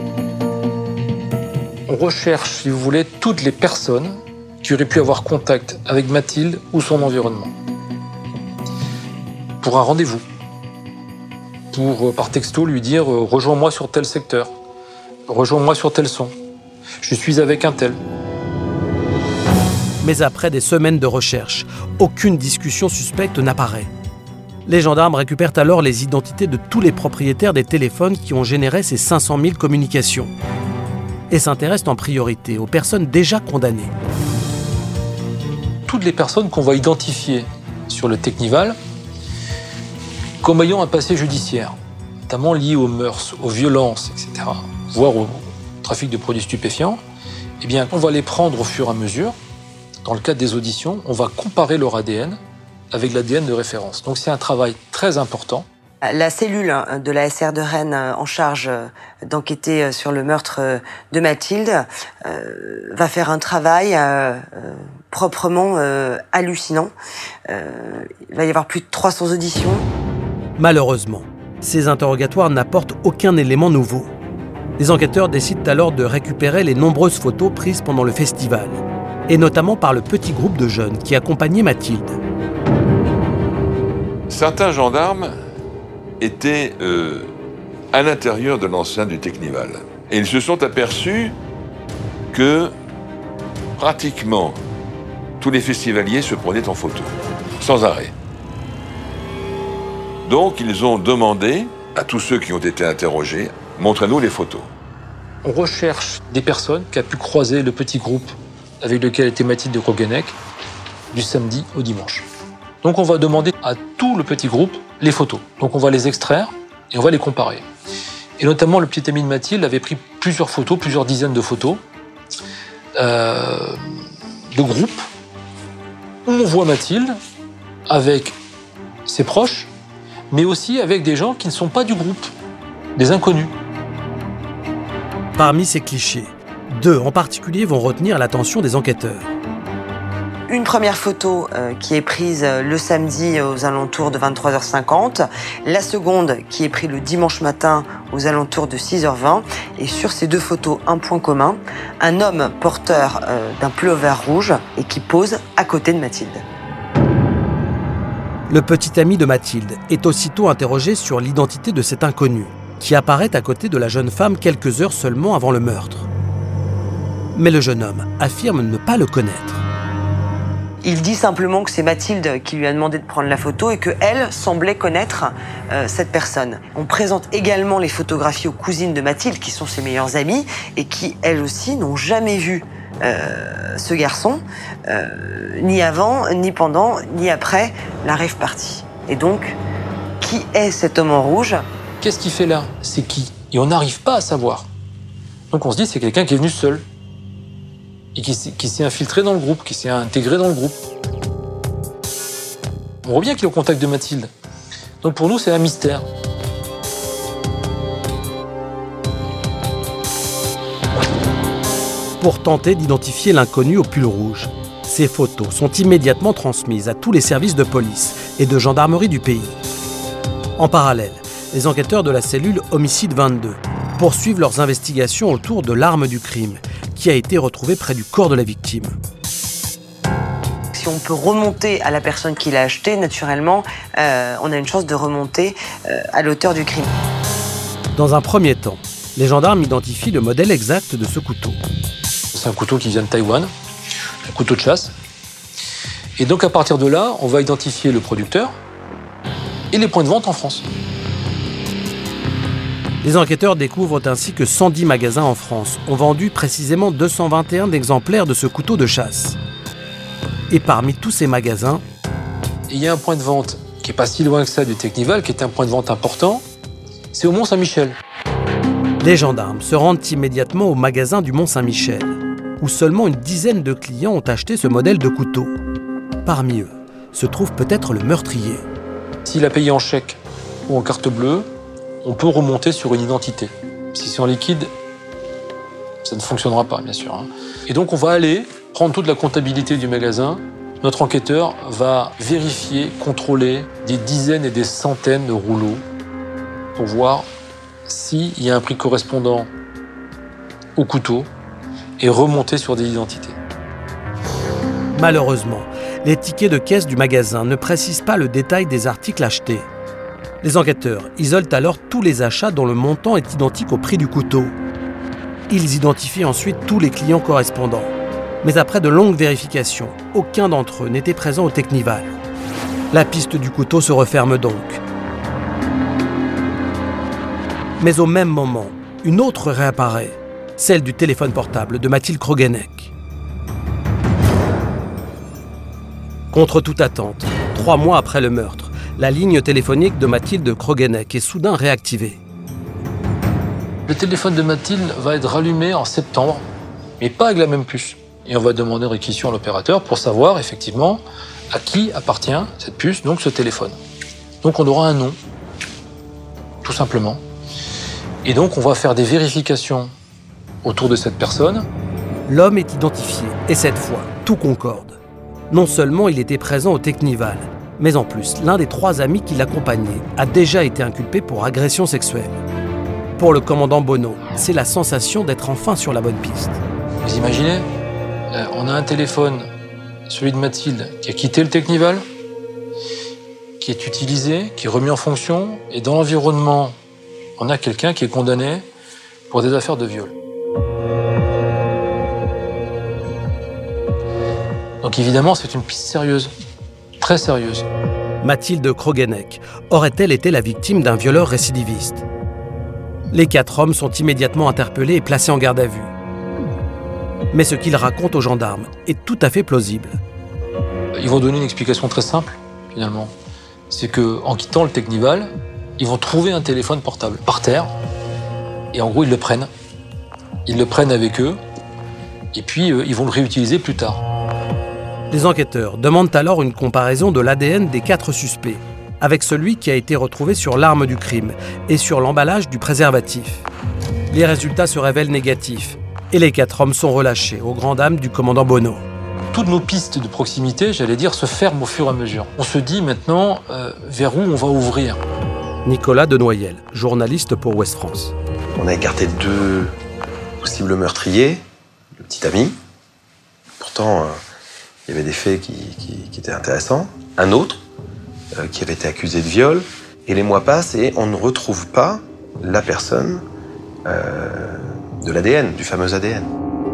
On recherche, si vous voulez, toutes les personnes qui auraient pu avoir contact avec Mathilde ou son environnement. Pour un rendez-vous. Pour, par texto, lui dire « Rejoins-moi sur tel secteur. Rejoins-moi sur tel son. Je suis avec un tel. » Mais après des semaines de recherche, aucune discussion suspecte n'apparaît. Les gendarmes récupèrent alors les identités de tous les propriétaires des téléphones qui ont généré ces cinq cent mille communications et s'intéressent en priorité aux personnes déjà condamnées. Toutes les personnes qu'on va identifier sur le Teknival comme ayant un passé judiciaire, notamment lié aux mœurs, aux violences, et cetera, voire au trafic de produits stupéfiants, eh bien, on va les prendre au fur et à mesure. Dans le cadre des auditions, on va comparer leur A D N avec l'A D N de référence. Donc c'est un travail très important. La cellule de la S R de Rennes en charge d'enquêter sur le meurtre de Mathilde va faire un travail proprement hallucinant. Il va y avoir plus de trois cents auditions. Malheureusement, Ces interrogatoires n'apportent aucun élément nouveau. Les enquêteurs décident alors de récupérer les nombreuses photos prises pendant le festival, et notamment par le petit groupe de jeunes qui accompagnait Mathilde. Certains gendarmes étaient euh, à l'intérieur de l'enceinte du Teknival. Et ils se sont aperçus que pratiquement tous les festivaliers se prenaient en photo, sans arrêt. Donc ils ont demandé à tous ceux qui ont été interrogés, montrez-nous les photos. On recherche des personnes qui ont pu croiser le petit groupe avec lequel était Mathilde de Krogeneck du samedi au dimanche. Donc on va demander à tout le petit groupe les photos. Donc on va les extraire et on va les comparer. Et notamment le petit ami de Mathilde avait pris plusieurs photos, plusieurs dizaines de photos euh, de groupe où on voit Mathilde avec ses proches, mais aussi avec des gens qui ne sont pas du groupe, des inconnus. Parmi ces clichés, deux en particulier vont retenir l'attention des enquêteurs. Une première photo euh, qui est prise le samedi aux alentours de vingt-trois heures cinquante, la seconde qui est prise le dimanche matin aux alentours de six heures vingt, et sur ces deux photos, un point commun, un homme porteur euh, d'un pullover rouge et qui pose à côté de Mathilde. Le petit ami de Mathilde est aussitôt interrogé sur l'identité de cet inconnu, qui apparaît à côté de la jeune femme quelques heures seulement avant le meurtre. Mais le jeune homme affirme ne pas le connaître. Il dit simplement que c'est Mathilde qui lui a demandé de prendre la photo et qu'elle semblait connaître euh, cette personne. On présente également les photographies aux cousines de Mathilde, qui sont ses meilleures amies, et qui, elles aussi, n'ont jamais vu euh, ce garçon, euh, ni avant, ni pendant, ni après la rave party. Et donc, qui est cet homme en rouge ? Qu'est-ce qu'il fait là? C'est qui? Et on n'arrive pas à savoir. Donc on se dit c'est quelqu'un qui est venu seul. Et qui, qui s'est infiltré dans le groupe, qui s'est intégré dans le groupe. On voit bien qu'il est au contact de Mathilde. Donc pour nous, c'est un mystère. Pour tenter d'identifier l'inconnu au pull rouge, ces photos sont immédiatement transmises à tous les services de police et de gendarmerie du pays. En parallèle, les enquêteurs de la cellule Homicide vingt-deux poursuivent leurs investigations autour de l'arme du crime, qui a été retrouvée près du corps de la victime. Si on peut remonter à la personne qui l'a acheté, naturellement, euh, on a une chance de remonter euh, à l'auteur du crime. Dans un premier temps, les gendarmes identifient le modèle exact de ce couteau. C'est un couteau qui vient de Taïwan, un couteau de chasse. Et donc à partir de là, on va identifier le producteur et les points de vente en France. Les enquêteurs découvrent ainsi que cent dix magasins en France ont vendu précisément deux cent vingt et un exemplaires de ce couteau de chasse. Et parmi tous ces magasins, il y a un point de vente qui n'est pas si loin que ça du Teknival, qui est un point de vente important, c'est au Mont-Saint-Michel. Les gendarmes se rendent immédiatement au magasin du Mont-Saint-Michel, où seulement une dizaine de clients ont acheté ce modèle de couteau. Parmi eux se trouve peut-être le meurtrier. S'il a payé en chèque ou en carte bleue, on peut remonter sur une identité. Si c'est en liquide, ça ne fonctionnera pas, bien sûr. Et donc, on va aller prendre toute la comptabilité du magasin. Notre enquêteur va vérifier, contrôler des dizaines et des centaines de rouleaux pour voir s'il y a un prix correspondant au couteau et remonter sur des identités. Malheureusement, les tickets de caisse du magasin ne précisent pas le détail des articles achetés. Les enquêteurs isolent alors tous les achats dont le montant est identique au prix du couteau. Ils identifient ensuite tous les clients correspondants. Mais après de longues vérifications, aucun d'entre eux n'était présent au Teknival. La piste du couteau se referme donc. Mais au même moment, une autre réapparaît, celle du téléphone portable de Mathilde Krogeneck. Contre toute attente, trois mois après le meurtre, la ligne téléphonique de Mathilde Krogeneck est soudain réactivée. Le téléphone de Mathilde va être rallumé en septembre, mais pas avec la même puce. Et on va demander une réquisition à l'opérateur pour savoir effectivement à qui appartient cette puce, donc ce téléphone. Donc on aura un nom, tout simplement. Et donc on va faire des vérifications autour de cette personne. L'homme est identifié, et cette fois, tout concorde. Non seulement il était présent au Teknival, Mais en plus, l'un des trois amis qui l'accompagnaient a déjà été inculpé pour agression sexuelle. Pour le commandant Bonneau, c'est la sensation d'être enfin sur la bonne piste. Vous imaginez, euh, on a un téléphone, celui de Mathilde, qui a quitté le Technival, qui est utilisé, qui est remis en fonction, et dans l'environnement, on a quelqu'un qui est condamné pour des affaires de viol. Donc évidemment, c'est une piste sérieuse, très sérieuse. Mathilde Krogenek aurait-elle été la victime d'un violeur récidiviste? Les quatre hommes sont immédiatement interpellés et placés en garde à vue. Mais ce qu'ils racontent aux gendarmes est tout à fait plausible. Ils vont donner une explication très simple, finalement. C'est qu'en quittant le Technival, ils vont trouver un téléphone portable par terre, et en gros, ils le prennent. Ils le prennent avec eux, et puis euh, ils vont le réutiliser plus tard. Les enquêteurs demandent alors une comparaison de l'A D N des quatre suspects, avec celui qui a été retrouvé sur l'arme du crime et sur l'emballage du préservatif. Les résultats se révèlent négatifs et les quatre hommes sont relâchés aux grandes dames du commandant Bonneau. Toutes nos pistes de proximité, j'allais dire, se ferment au fur et à mesure. On se dit maintenant euh, vers où on va ouvrir. Nicolas Denoyel, journaliste pour Ouest France. On a écarté deux possibles meurtriers, le petit ami. Pourtant, euh, il y avait des faits qui, qui, qui étaient intéressants. Un autre, Euh, qui avait été accusé de viol. Et les mois passent et on ne retrouve pas la personne euh, de l'A D N, du fameux A D N.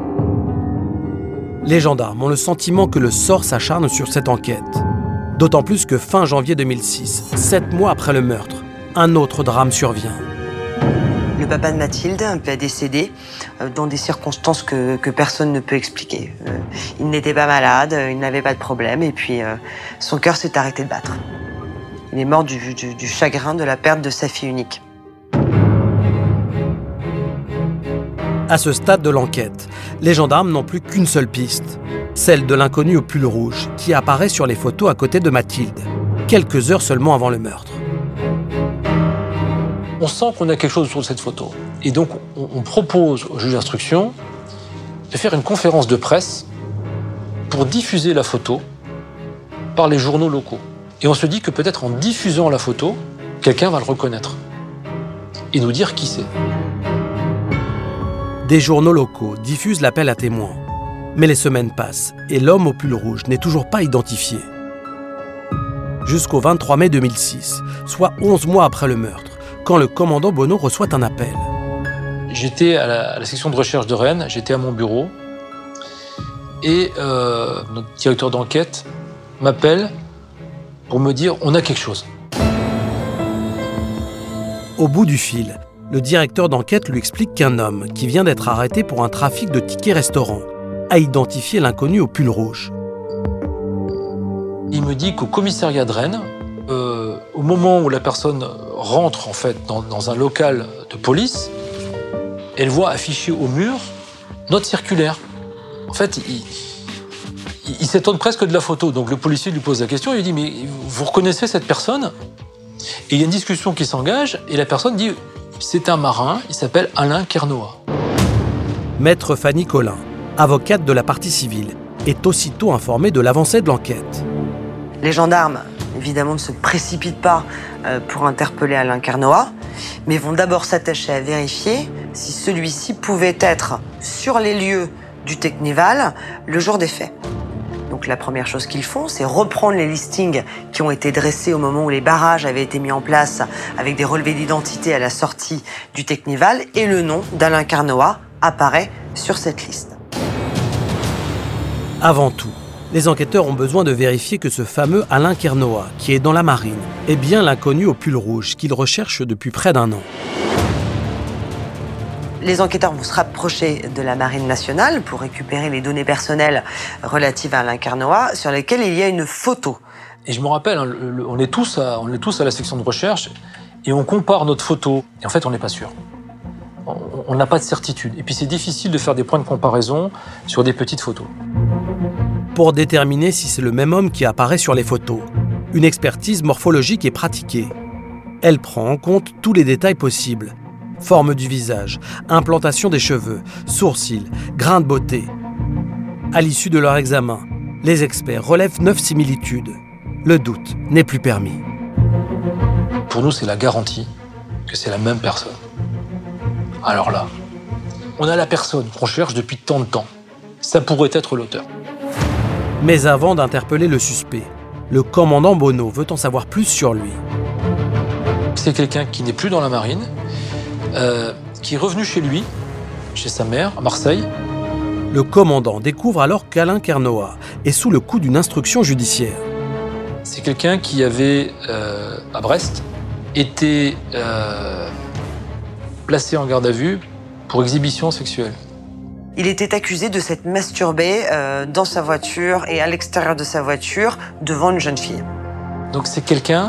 Les gendarmes ont le sentiment que le sort s'acharne sur cette enquête. D'autant plus que fin janvier deux mille six, sept mois après le meurtre, un autre drame survient. Le papa de Mathilde est décédé dans des circonstances que, que personne ne peut expliquer. Il n'était pas malade, il n'avait pas de problème, et puis son cœur s'est arrêté de battre. Il est mort du, du, du chagrin de la perte de sa fille unique. À ce stade de l'enquête, les gendarmes n'ont plus qu'une seule piste, celle de l'inconnu au pull rouge qui apparaît sur les photos à côté de Mathilde, quelques heures seulement avant le meurtre. On sent qu'on a quelque chose sur cette photo. Et donc, on, on propose au juge d'instruction de faire une conférence de presse pour diffuser la photo par les journaux locaux. Et on se dit que peut-être en diffusant la photo, quelqu'un va le reconnaître et nous dire qui c'est. Des journaux locaux diffusent l'appel à témoins. Mais les semaines passent et l'homme au pull rouge n'est toujours pas identifié. Jusqu'au vingt-trois mai deux mille six, soit onze mois après le meurtre, quand le commandant Bonneau reçoit un appel. J'étais à la, à la section de recherche de Rennes, j'étais à mon bureau, et euh, notre directeur d'enquête m'appelle pour me dire « on a quelque chose ». Au bout du fil, le directeur d'enquête lui explique qu'un homme qui vient d'être arrêté pour un trafic de tickets restaurants a identifié l'inconnu au pull rouge. Il me dit qu'au commissariat de Rennes, euh, au moment où la personne rentre en fait dans, dans un local de police, elle voit affiché au mur notre circulaire. En fait, il, il, il s'étonne presque de la photo. Donc le policier lui pose la question, il lui dit « mais vous reconnaissez cette personne ?» Et il y a une discussion qui s'engage et la personne dit « c'est un marin, il s'appelle Alain Kernoat ». Maître Fanny Collin, avocate de la partie civile, est aussitôt informée de l'avancée de l'enquête. Les gendarmes, évidemment, ne se précipitent pas pour interpeller Alain Kernoat, mais vont d'abord s'attacher à vérifier si celui-ci pouvait être sur les lieux du Technival le jour des faits. Donc la première chose qu'ils font, c'est reprendre les listings qui ont été dressés au moment où les barrages avaient été mis en place avec des relevés d'identité à la sortie du Technival, et le nom d'Alain Kernoat apparaît sur cette liste. Avant tout, les enquêteurs ont besoin de vérifier que ce fameux Alain Kernoat, qui est dans la marine, est bien l'inconnu au pull rouge qu'ils recherchent depuis près d'un an. Les enquêteurs vont se rapprocher de la Marine nationale pour récupérer les données personnelles relatives à Alain Kernoat, sur lesquelles il y a une photo. Et je me rappelle, hein, le, le, on, est tous à, on est tous à la section de recherche et on compare notre photo. Et en fait, on n'est pas sûr. On n'a pas de certitude. Et puis c'est difficile de faire des points de comparaison sur des petites photos. Pour déterminer si c'est le même homme qui apparaît sur les photos, une expertise morphologique est pratiquée. Elle prend en compte tous les détails possibles. Forme du visage, implantation des cheveux, sourcils, grains de beauté. À l'issue de leur examen, les experts relèvent neuf similitudes. le doute n'est plus permis. Pour nous, c'est la garantie que c'est la même personne. Alors là, on a la personne qu'on cherche depuis tant de temps. Ça pourrait être l'auteur. Mais avant d'interpeller le suspect, le commandant Bonneau veut en savoir plus sur lui. C'est quelqu'un qui n'est plus dans la marine, euh, qui est revenu chez lui, chez sa mère, à Marseille. Le commandant découvre alors qu'Alain Kernoat est sous le coup d'une instruction judiciaire. C'est quelqu'un qui avait, euh, à Brest, été euh, placé en garde à vue pour exhibition sexuelle. Il était accusé de s'être masturbé euh, dans sa voiture et à l'extérieur de sa voiture devant une jeune fille. Donc c'est quelqu'un,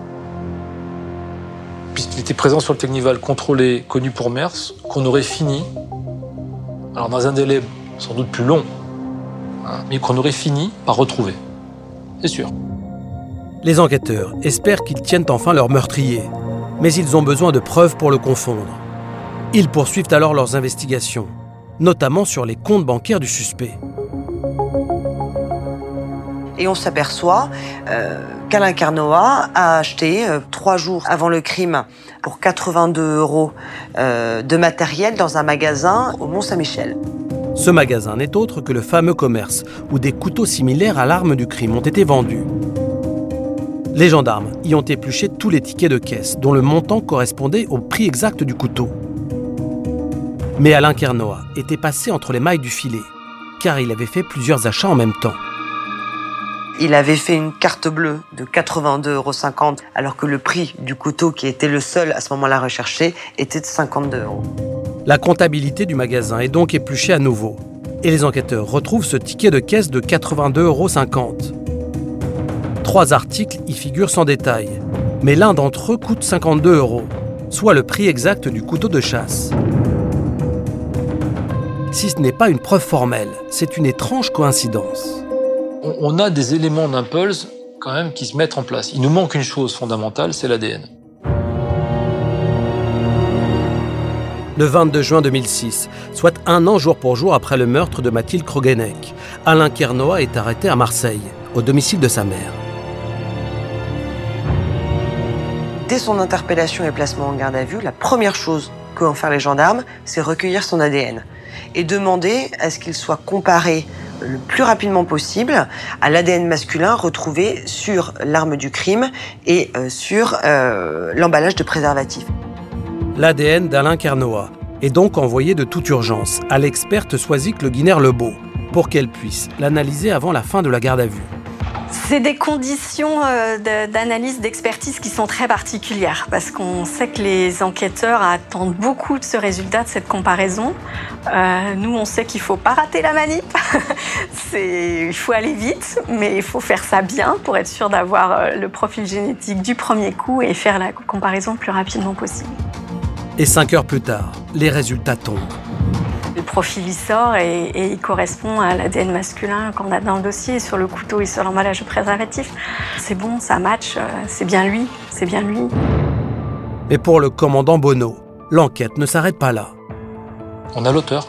puisqu'il était présent sur le Technival contrôlé, connu pour Mers, qu'on aurait fini, alors dans un délai sans doute plus long, hein, mais qu'on aurait fini par retrouver. C'est sûr. Les enquêteurs espèrent qu'ils tiennent enfin leur meurtrier, mais ils ont besoin de preuves pour le confondre. Ils poursuivent alors leurs investigations, notamment sur les comptes bancaires du suspect. Et on s'aperçoit euh, qu'Alain Kernoat a acheté euh, trois jours avant le crime pour quatre-vingt-deux euros euh, de matériel dans un magasin au Mont-Saint-Michel. Ce magasin n'est autre que le fameux commerce où des couteaux similaires à l'arme du crime ont été vendus. Les gendarmes y ont épluché tous les tickets de caisse dont le montant correspondait au prix exact du couteau. Mais Alain Kernoat était passé entre les mailles du filet, car il avait fait plusieurs achats en même temps. Il avait fait une carte bleue de quatre-vingt-deux euros cinquante, alors que le prix du couteau, qui était le seul à ce moment-là recherché, était de cinquante-deux euros. La comptabilité du magasin est donc épluchée à nouveau, et les enquêteurs retrouvent ce ticket de caisse de quatre-vingt-deux euros cinquante. Trois articles y figurent sans détail, mais l'un d'entre eux coûte cinquante-deux euros, soit le prix exact du couteau de chasse. Si ce n'est pas une preuve formelle, c'est une étrange coïncidence. On a des éléments d'impulse quand même qui se mettent en place. Il nous manque une chose fondamentale, c'est l'A D N. Le vingt-deux juin deux mille six, soit un an jour pour jour après le meurtre de Mathilde Krogeneck, Alain Kernoat est arrêté à Marseille, au domicile de sa mère. Dès son interpellation et placement en garde à vue, la première chose que vont faire les gendarmes, c'est recueillir son A D N et demander à ce qu'il soit comparé le plus rapidement possible à l'A D N masculin retrouvé sur l'arme du crime et euh, sur euh, l'emballage de préservatif. L'A D N d'Alain Kernoat est donc envoyé de toute urgence à l'experte Soisic Le Guiner-Lebeau pour qu'elle puisse l'analyser avant la fin de la garde à vue. C'est des conditions d'analyse, d'expertise qui sont très particulières parce qu'on sait que les enquêteurs attendent beaucoup de ce résultat, de cette comparaison. Euh, nous, on sait qu'il ne faut pas rater la manip. Il faut aller vite, mais il faut faire ça bien pour être sûr d'avoir le profil génétique du premier coup et faire la comparaison le plus rapidement possible. Et cinq heures plus tard, les résultats tombent. Le profil il sort et, et il correspond à l'A D N masculin qu'on a dans le dossier, sur le couteau et sur l'emballage de préservatif. C'est bon, ça match, c'est bien lui, c'est bien lui. Mais pour le commandant Bonneau, l'enquête ne s'arrête pas là. On a l'auteur.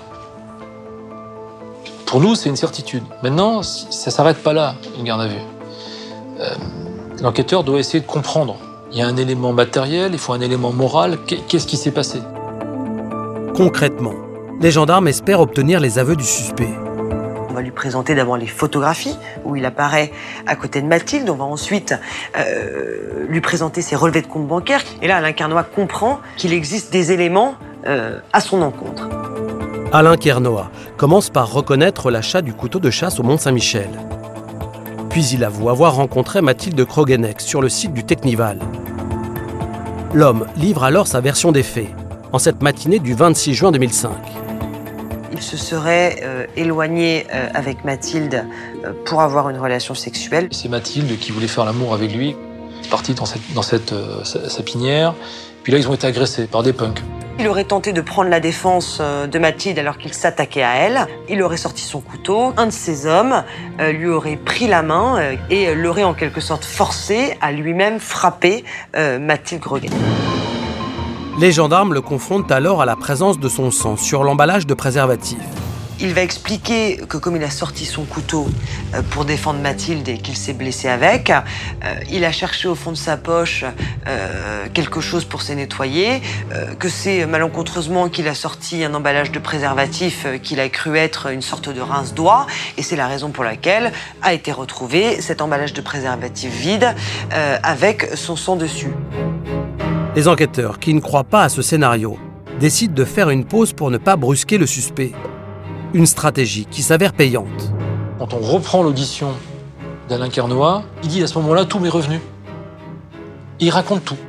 Pour nous, c'est une certitude. Maintenant, ça ne s'arrête pas là, une garde à vue. Euh, l'enquêteur doit essayer de comprendre. Il y a un élément matériel, il faut un élément moral. Qu'est-ce qui s'est passé ? Concrètement, les gendarmes espèrent obtenir les aveux du suspect. On va lui présenter d'abord les photographies où il apparaît à côté de Mathilde. On va ensuite euh, lui présenter ses relevés de compte bancaire. Et là, Alain Kernoat comprend qu'il existe des éléments euh, à son encontre. Alain Kernoat commence par reconnaître l'achat du couteau de chasse au Mont-Saint-Michel. Puis il avoue avoir rencontré Mathilde Krogeneck sur le site du Technival. L'homme livre alors sa version des faits, en cette matinée du vingt-six juin deux mille cinq. Il se serait euh, éloigné euh, avec Mathilde euh, pour avoir une relation sexuelle. C'est Mathilde qui voulait faire l'amour avec lui. Il est parti dans cette, dans cette euh, sapinière. Puis là, ils ont été agressés par des punks. Il aurait tenté de prendre la défense euh, de Mathilde alors qu'il s'attaquait à elle. Il aurait sorti son couteau. Un de ses hommes euh, lui aurait pris la main euh, et l'aurait en quelque sorte forcé à lui-même frapper euh, Mathilde Krogeneck. Les gendarmes le confrontent alors à la présence de son sang sur l'emballage de préservatif. Il va expliquer que comme il a sorti son couteau pour défendre Mathilde et qu'il s'est blessé avec, euh, il a cherché au fond de sa poche euh, quelque chose pour se nettoyer, euh, que c'est malencontreusement qu'il a sorti un emballage de préservatif euh, qu'il a cru être une sorte de rince-doigt, et c'est la raison pour laquelle a été retrouvé cet emballage de préservatif vide euh, avec son sang dessus. Les enquêteurs, qui ne croient pas à ce scénario, décident de faire une pause pour ne pas brusquer le suspect. Une stratégie qui s'avère payante. Quand on reprend l'audition d'Alain Carnoat, il dit à ce moment-là, tout m'est revenu. Il raconte tout.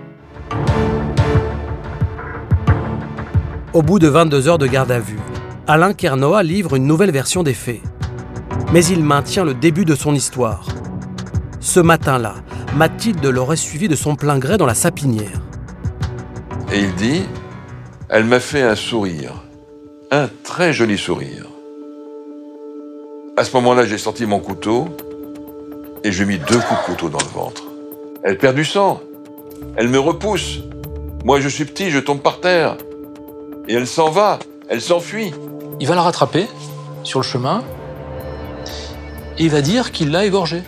Au bout de vingt-deux heures de garde à vue, Alain Carnoat livre une nouvelle version des faits. Mais il maintient le début de son histoire. Ce matin-là, Mathilde l'aurait suivi de son plein gré dans la sapinière. Et il dit, elle m'a fait un sourire, un très joli sourire. À ce moment-là, j'ai sorti mon couteau et j'ai mis deux coups de couteau dans le ventre. Elle perd du sang, elle me repousse. Moi, je suis petit, je tombe par terre. Et elle s'en va, elle s'enfuit. Il va la rattraper sur le chemin et il va dire qu'il l'a égorgée.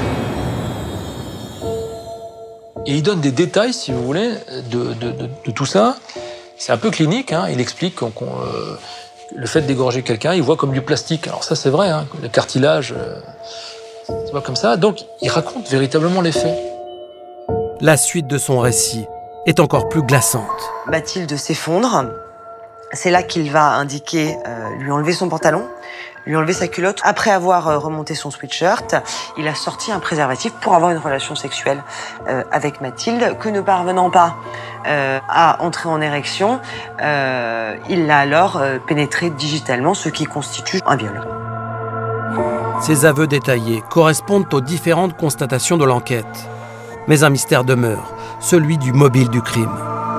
Et il donne des détails, si vous voulez, de, de, de, de tout ça. C'est un peu clinique, hein. Il explique qu'on, qu'on, euh, le fait d'égorger quelqu'un, il voit comme du plastique. Alors ça, c'est vrai, hein. Le cartilage, euh, c'est pas comme ça. Donc, il raconte véritablement les faits. La suite de son récit est encore plus glaçante. Mathilde s'effondre. C'est là qu'il va indiquer, euh, lui enlever son pantalon, lui enlever sa culotte. Après avoir euh, remonté son sweatshirt, il a sorti un préservatif pour avoir une relation sexuelle euh, avec Mathilde, que ne parvenant pas euh, à entrer en érection, euh, il l'a alors euh, pénétré digitalement, ce qui constitue un viol. Ces aveux détaillés correspondent aux différentes constatations de l'enquête. Mais un mystère demeure, celui du mobile du crime.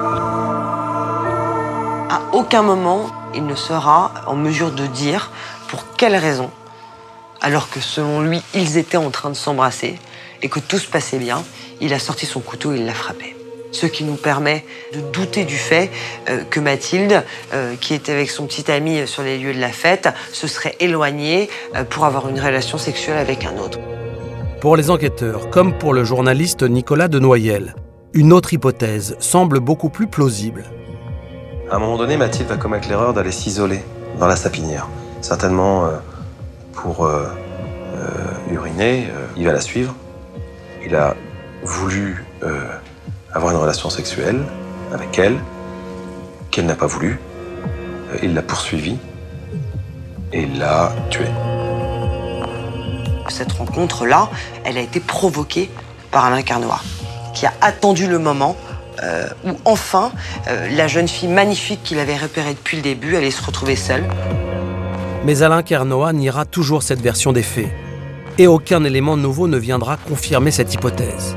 À aucun moment, il ne sera en mesure de dire pour quelle raison, alors que selon lui, ils étaient en train de s'embrasser et que tout se passait bien, il a sorti son couteau et il l'a frappé. Ce qui nous permet de douter du fait euh, que Mathilde, euh, qui était avec son petit ami sur les lieux de la fête, se serait éloignée euh, pour avoir une relation sexuelle avec un autre. Pour les enquêteurs, comme pour le journaliste Nicolas Denoyel, une autre hypothèse semble beaucoup plus plausible. À un moment donné, Mathilde va commettre l'erreur d'aller s'isoler dans la sapinière. Certainement euh, pour euh, euh, uriner, euh, il va la suivre. Il a voulu euh, avoir une relation sexuelle avec elle, qu'elle n'a pas voulu. Euh, il l'a poursuivie et il l'a tuée. Cette rencontre-là, elle a été provoquée par Alain Carnoat, qui a attendu le moment euh, où enfin, euh, la jeune fille magnifique qu'il avait repérée depuis le début allait se retrouver seule. Mais Alain Carnoat niera toujours cette version des faits. Et aucun élément nouveau ne viendra confirmer cette hypothèse.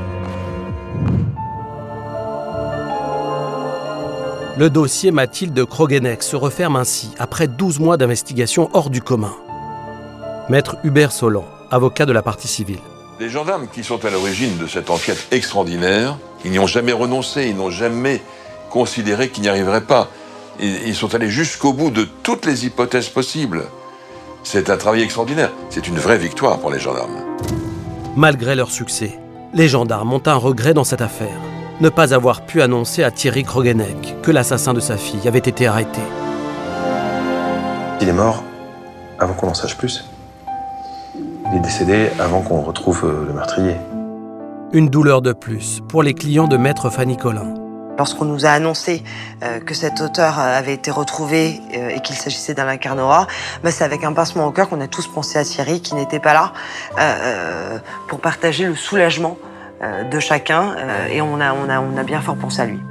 Le dossier Mathilde Krogeneck se referme ainsi après douze mois d'investigation hors du commun. Maître Hubert Solan, avocat de la partie civile. Les gendarmes qui sont à l'origine de cette enquête extraordinaire, ils n'y ont jamais renoncé, ils n'ont jamais considéré qu'ils n'y arriveraient pas. Ils sont allés jusqu'au bout de toutes les hypothèses possibles. C'est un travail extraordinaire. C'est une vraie victoire pour les gendarmes. Malgré leur succès, les gendarmes ont un regret dans cette affaire. Ne pas avoir pu annoncer à Thierry Krogeneck que l'assassin de sa fille avait été arrêté. Il est mort avant qu'on en sache plus. Il est décédé avant qu'on retrouve le meurtrier. Une douleur de plus pour les clients de Maître Fanny Collin. Lorsqu'on nous a annoncé euh, que cet auteur avait été retrouvé euh, et qu'il s'agissait d'Alain Carnoat, bah, c'est avec un pincement au cœur qu'on a tous pensé à Thierry, qui n'était pas là euh, pour partager le soulagement euh, de chacun, euh, et on a, on, a, on a bien fort pensé à lui.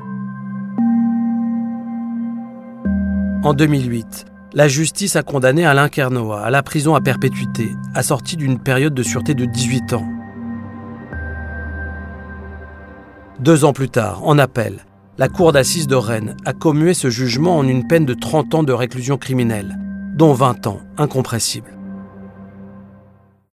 En deux mille huit, la justice a condamné Alain Carnoat à la prison à perpétuité, assortie d'une période de sûreté de dix-huit ans. Deux ans plus tard, en appel, la cour d'assises de Rennes a commué ce jugement en une peine de trente ans de réclusion criminelle, dont vingt ans incompressibles.